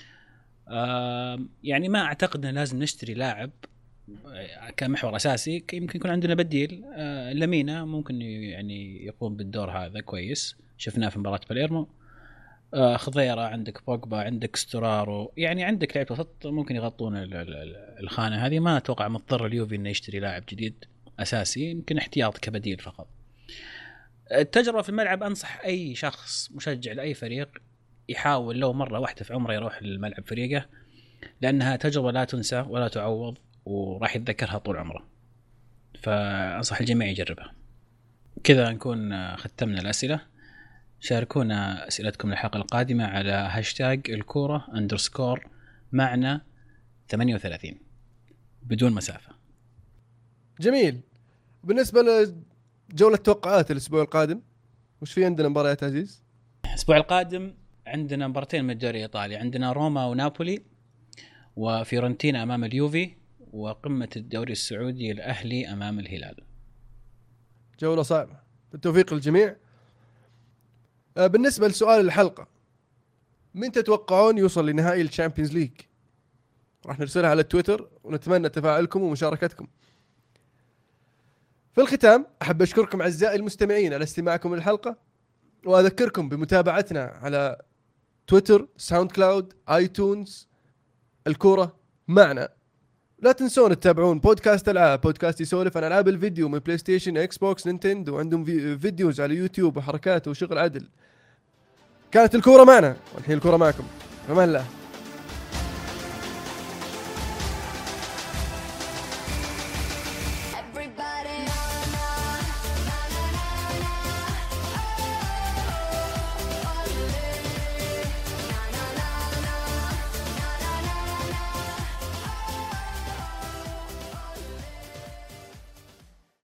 يعني ما اعتقد ان لازم نشتري لاعب كمحور اساسي، يمكن يكون عندنا بديل. لامينا ممكن يعني يقوم بالدور هذا كويس، شفناه في مباراه باليرمو. خضيره عندك، بوجبا عندك، ستورارو، يعني عندك لعيبه وسط ممكن يغطون الخانه هذه. ما اتوقع مضطر اليوفي انه يشتري لاعب جديد اساسي، يمكن احتياط كبديل فقط. التجربه في الملعب انصح اي شخص مشجع لاي فريق يحاول لو مره واحده في عمره يروح الملعب فريقه، لانها تجربه لا تنسى ولا تعوض وراح يتذكرها طول عمره، فانصح الجميع يجربها. كذا نكون ختمنا الاسئله. شاركونا اسئلتكم للحلقه القادمه على هاشتاج الكوره _معنا 38 بدون مسافه. جميل. بالنسبه لجوله توقعات الاسبوع القادم وش في عندنا مباريات عزيز؟ الاسبوع القادم عندنا مباراتين من الدوري الايطالي، عندنا روما ونابولي، وفيورنتينا امام اليوفي، وقمه الدوري السعودي الاهلي امام الهلال. جوله صعبه، بالتوفيق للجميع. بالنسبه لسؤال الحلقه، من تتوقعون يوصل لنهائي الشامبيونز ليج؟ راح نرسلها على تويتر ونتمنى تفاعلكم ومشاركتكم. في الختام أحب أشكركم أعزائي المستمعين على استماعكم للحلقة، وأذكركم بمتابعتنا على تويتر، ساوند كلاود، آيتونز، الكورة معنا. لا تنسون تتابعون بودكاست ألعاب، بودكاست يسولف عن ألعاب الفيديو من بلاي ستيشن، إكس بوكس، نينتندو، وعندهم فيديوز على يوتيوب وحركات وشغل عدل. كانت الكورة معنا والحين الكورة معكم. فمان الله.